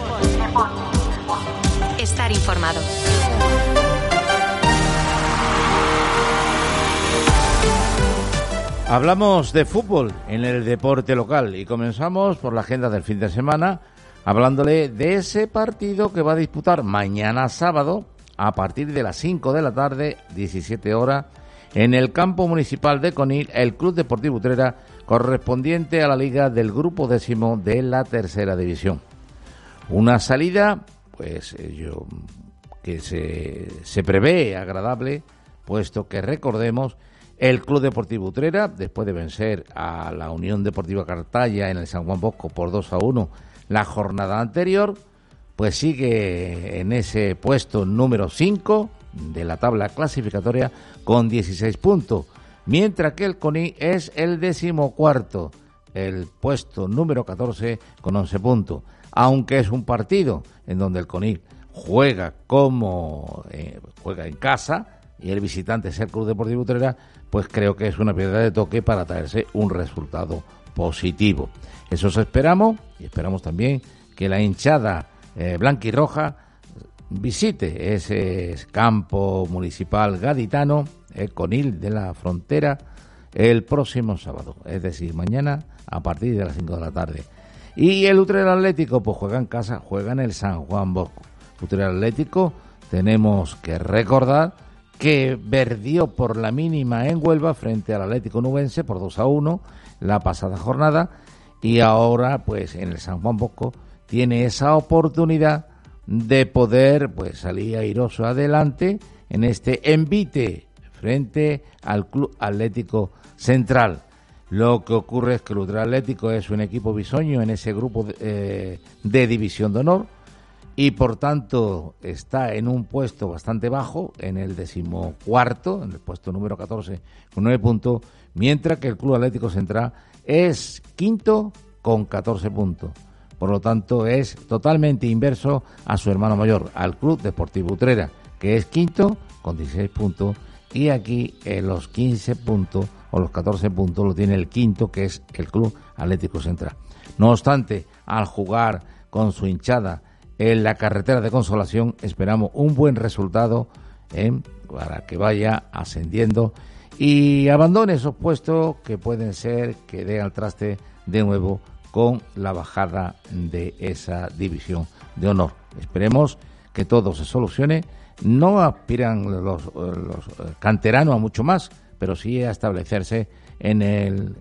Speaker 3: Estar informado.
Speaker 4: Hablamos de fútbol en el deporte local y comenzamos por la agenda del fin de semana hablándole de ese partido que va a disputar mañana sábado a partir de las 5 de la tarde, 17 horas, en el campo municipal de Conil, el Club Deportivo Utrera, correspondiente a la liga del grupo 10º de la tercera división. Una salida, pues, que se prevé agradable, puesto que recordemos, el Club Deportivo Utrera, después de vencer a la Unión Deportiva Cartaya en el San Juan Bosco por 2-1 la jornada anterior, pues sigue en ese puesto número 5 de la tabla clasificatoria con 16 puntos, mientras que el CONI es el 14º, el puesto número 14 con 11 puntos, aunque es un partido en donde el CONI juega en casa y el visitante es el Club Deportivo Utrera, pues creo que es una piedra de toque para traerse un resultado positivo. Eso esperamos, y esperamos también que la hinchada blanquirroja visite ese campo municipal gaditano, el Conil de la Frontera, el próximo sábado, es decir, mañana a partir de las 5 de la tarde. Y el Utrera Atlético, pues juega en casa, juega en el San Juan Bosco. Utrera Atlético, tenemos que recordar que perdió por la mínima en Huelva frente al Atlético Nubense por 2-1 la pasada jornada, y ahora pues en el San Juan Bosco tiene esa oportunidad de poder pues salir airoso adelante en este envite frente al Club Atlético Central. Lo que ocurre es que el Utrera Atlético es un equipo bisoño en ese grupo de División de Honor, y por tanto está en un puesto bastante bajo, en el 14º, en el puesto número 14 con 9 puntos, mientras que el Club Atlético Central es quinto con 14 puntos. Por lo tanto es totalmente inverso a su hermano mayor, al Club Deportivo Utrera, que es quinto con 16 puntos, y aquí los 15 puntos o los 14 puntos lo tiene el quinto, que es el Club Atlético Central. No obstante, al jugar con su hinchada en la carretera de Consolación, esperamos un buen resultado para que vaya ascendiendo y abandone esos puestos que pueden ser que den al traste de nuevo con la bajada de esa división de honor. Esperemos que todo se solucione. No aspiran los canteranos a mucho más, pero sí a establecerse en el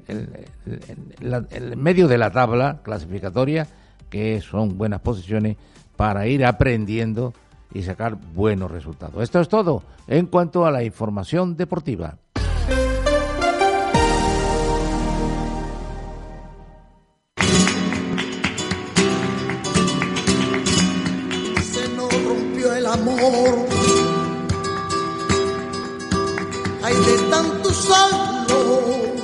Speaker 4: medio de la tabla clasificatoria, que son buenas posiciones para ir aprendiendo y sacar buenos resultados. Esto es todo en cuanto a la información deportiva.
Speaker 23: Se nos rompió el amor, hay de tantos años.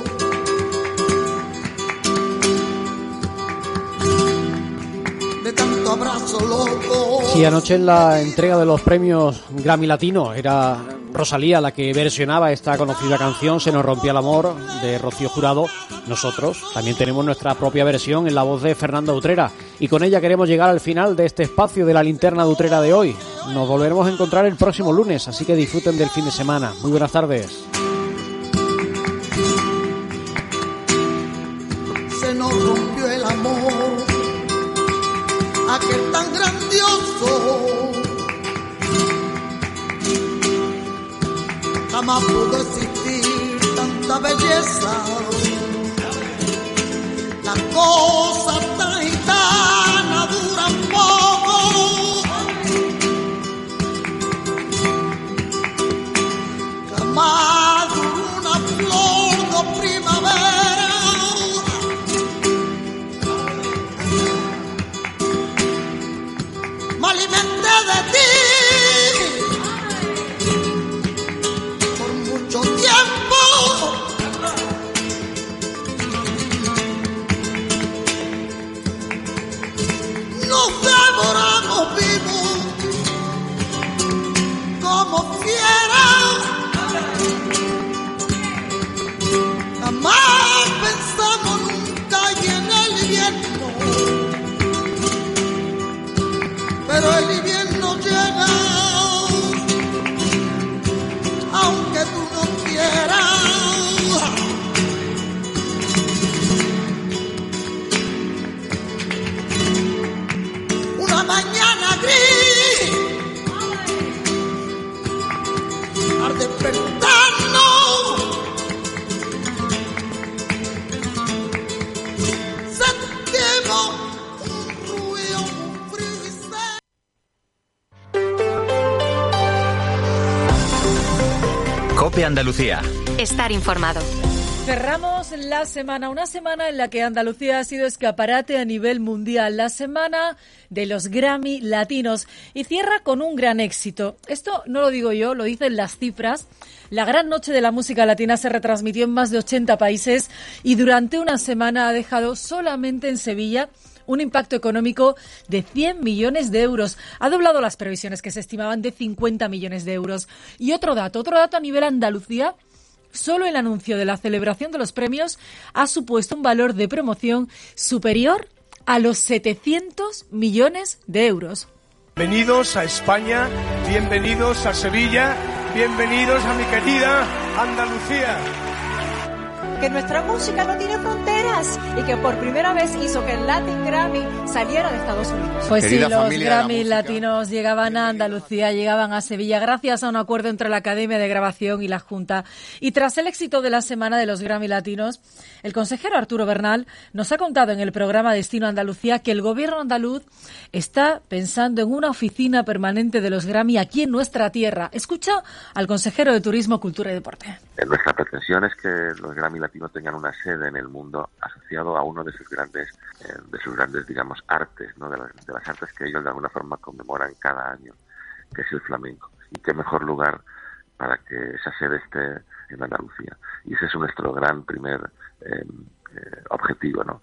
Speaker 23: De tanto abrazo loco.
Speaker 5: Sí, anoche en la entrega de los premios Grammy Latino era Rosalía la que versionaba esta conocida canción, Se nos rompía el amor, de Rocío Jurado. Nosotros también tenemos nuestra propia versión en la voz de Fernando Utrera, y con ella queremos llegar al final de este espacio de la linterna de Utrera de hoy. Nos volveremos a encontrar el próximo lunes, así que disfruten del fin de semana. Muy buenas tardes.
Speaker 23: Se nos rompió el amor, aquel tan grandioso, jamás pudo existir tanta belleza, las cosas tan gitanas duran poco, jamás duró una flor de primavera, me alimenté de ti por mucho tiempo, nos devoramos vivos como fieras, jamás pensamos nunca y en el invierno, pero el invierno llega, aunque tú no quieras. Una mañana gris, al despertarnos, sentimos un ruido frío y seco.
Speaker 1: COPE Andalucía.
Speaker 3: Estar informado.
Speaker 6: Cerramos la semana, una semana en la que Andalucía ha sido escaparate a nivel mundial, la semana de los Grammy Latinos, y cierra con un gran éxito. Esto no lo digo yo, lo dicen las cifras. La gran noche de la música latina se retransmitió en más de 80 países y durante una semana ha dejado solamente en Sevilla un impacto económico de 100 millones de euros. Ha doblado las previsiones que se estimaban de 50 millones de euros. Y otro dato a nivel Andalucía. Solo el anuncio de la celebración de los premios ha supuesto un valor de promoción superior a los 700 millones de euros.
Speaker 22: Bienvenidos a España, bienvenidos a Sevilla, bienvenidos a mi querida Andalucía.
Speaker 24: Que nuestra música no tiene fronteras y que por primera vez hizo que el Latin Grammy saliera de Estados Unidos.
Speaker 6: Pues sí, los Grammy latinos llegaban a Andalucía, llegaban a Sevilla gracias a un acuerdo entre la Academia de Grabación y la Junta. Y tras el éxito de la semana de los Grammy latinos, el consejero Arturo Bernal nos ha contado en el programa Destino Andalucía que el gobierno andaluz está pensando en una oficina permanente de los Grammy aquí en nuestra tierra. Escucha al consejero de Turismo, Cultura y Deporte.
Speaker 25: Nuestra pretensión es que los Grammy latinos tengan una sede en el mundo asociado a uno de sus grandes digamos, artes, ¿no? de las artes que ellos de alguna forma conmemoran cada año, que es el flamenco. Y qué mejor lugar para que esa sede esté en Andalucía. Y ese es nuestro gran primer objetivo, ¿no?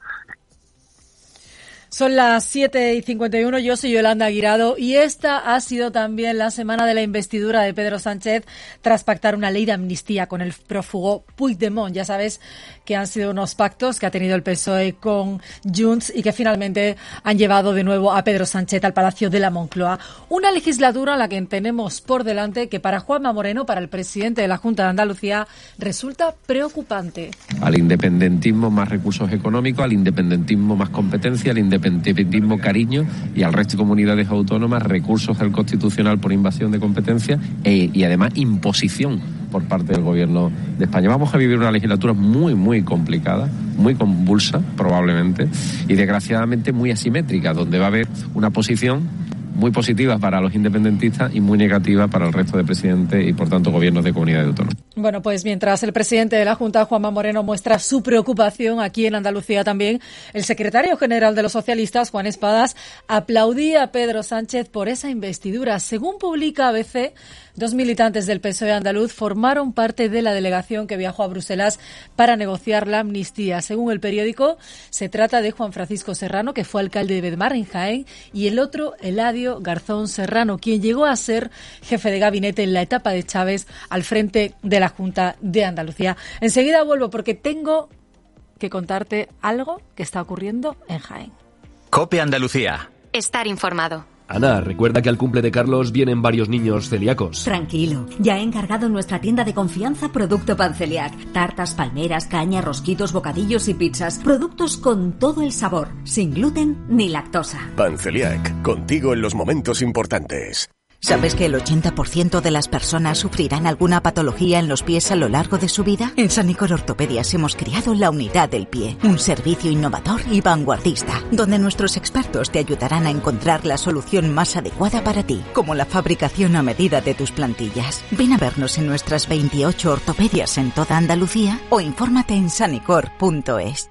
Speaker 6: Son las 7:51, yo soy Yolanda Guirado y esta ha sido también la semana de la investidura de Pedro Sánchez tras pactar una ley de amnistía con el prófugo Puigdemont. Ya sabes que han sido unos pactos que ha tenido el PSOE con Junts y que finalmente han llevado de nuevo a Pedro Sánchez al Palacio de la Moncloa. Una legislatura en la que tenemos por delante que para Juanma Moreno, para el presidente de la Junta de Andalucía, resulta preocupante.
Speaker 26: Al independentismo más recursos económicos, al independentismo más competencia, al independentismo cariño y al resto de comunidades autónomas recursos del Constitucional por invasión de competencia y además imposición por parte del Gobierno de España. Vamos a vivir una legislatura muy, muy complicada, muy convulsa probablemente y desgraciadamente muy asimétrica, donde va a haber una posición muy positiva para los independentistas y muy negativa para el resto de presidentes y por tanto gobiernos de comunidades autónomas.
Speaker 6: Bueno, pues mientras el presidente de la Junta, Juanma Moreno, muestra su preocupación aquí en Andalucía también, el secretario general de los socialistas, Juan Espadas, aplaudía a Pedro Sánchez por esa investidura. Según publica ABC, 2 militantes del PSOE andaluz formaron parte de la delegación que viajó a Bruselas para negociar la amnistía. Según el periódico, se trata de Juan Francisco Serrano, que fue alcalde de Bedmar en Jaén, y el otro, Eladio Garzón Serrano, quien llegó a ser jefe de gabinete en la etapa de Chávez al frente de la Junta de Andalucía. Enseguida vuelvo porque tengo que contarte algo que está ocurriendo en Jaén.
Speaker 1: COPE Andalucía.
Speaker 3: Estar informado.
Speaker 7: Ana, recuerda que al cumple de Carlos vienen varios niños celíacos.
Speaker 9: Tranquilo, ya he encargado en nuestra tienda de confianza producto Panceliac. Tartas, palmeras, caña, rosquitos, bocadillos y pizzas. Productos con todo el sabor, sin gluten ni lactosa.
Speaker 11: Panceliac, contigo en los momentos importantes.
Speaker 12: ¿Sabes que el 80% de las personas sufrirán alguna patología en los pies a lo largo de su vida? En Sanicor Ortopedias hemos creado la Unidad del Pie, un servicio innovador y vanguardista, donde nuestros expertos te ayudarán a encontrar la solución más adecuada para ti, como la fabricación a medida de tus plantillas. Ven a vernos en nuestras 28 ortopedias en toda Andalucía o infórmate en sanicor.es.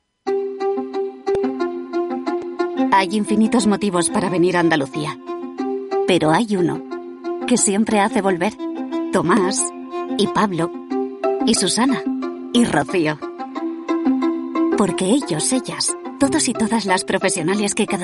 Speaker 8: Hay infinitos motivos para venir a Andalucía. Pero hay uno que siempre hace volver. Tomás, y Pablo, y Susana, y Rocío. Porque ellos, ellas, todos y todas las profesionales que cada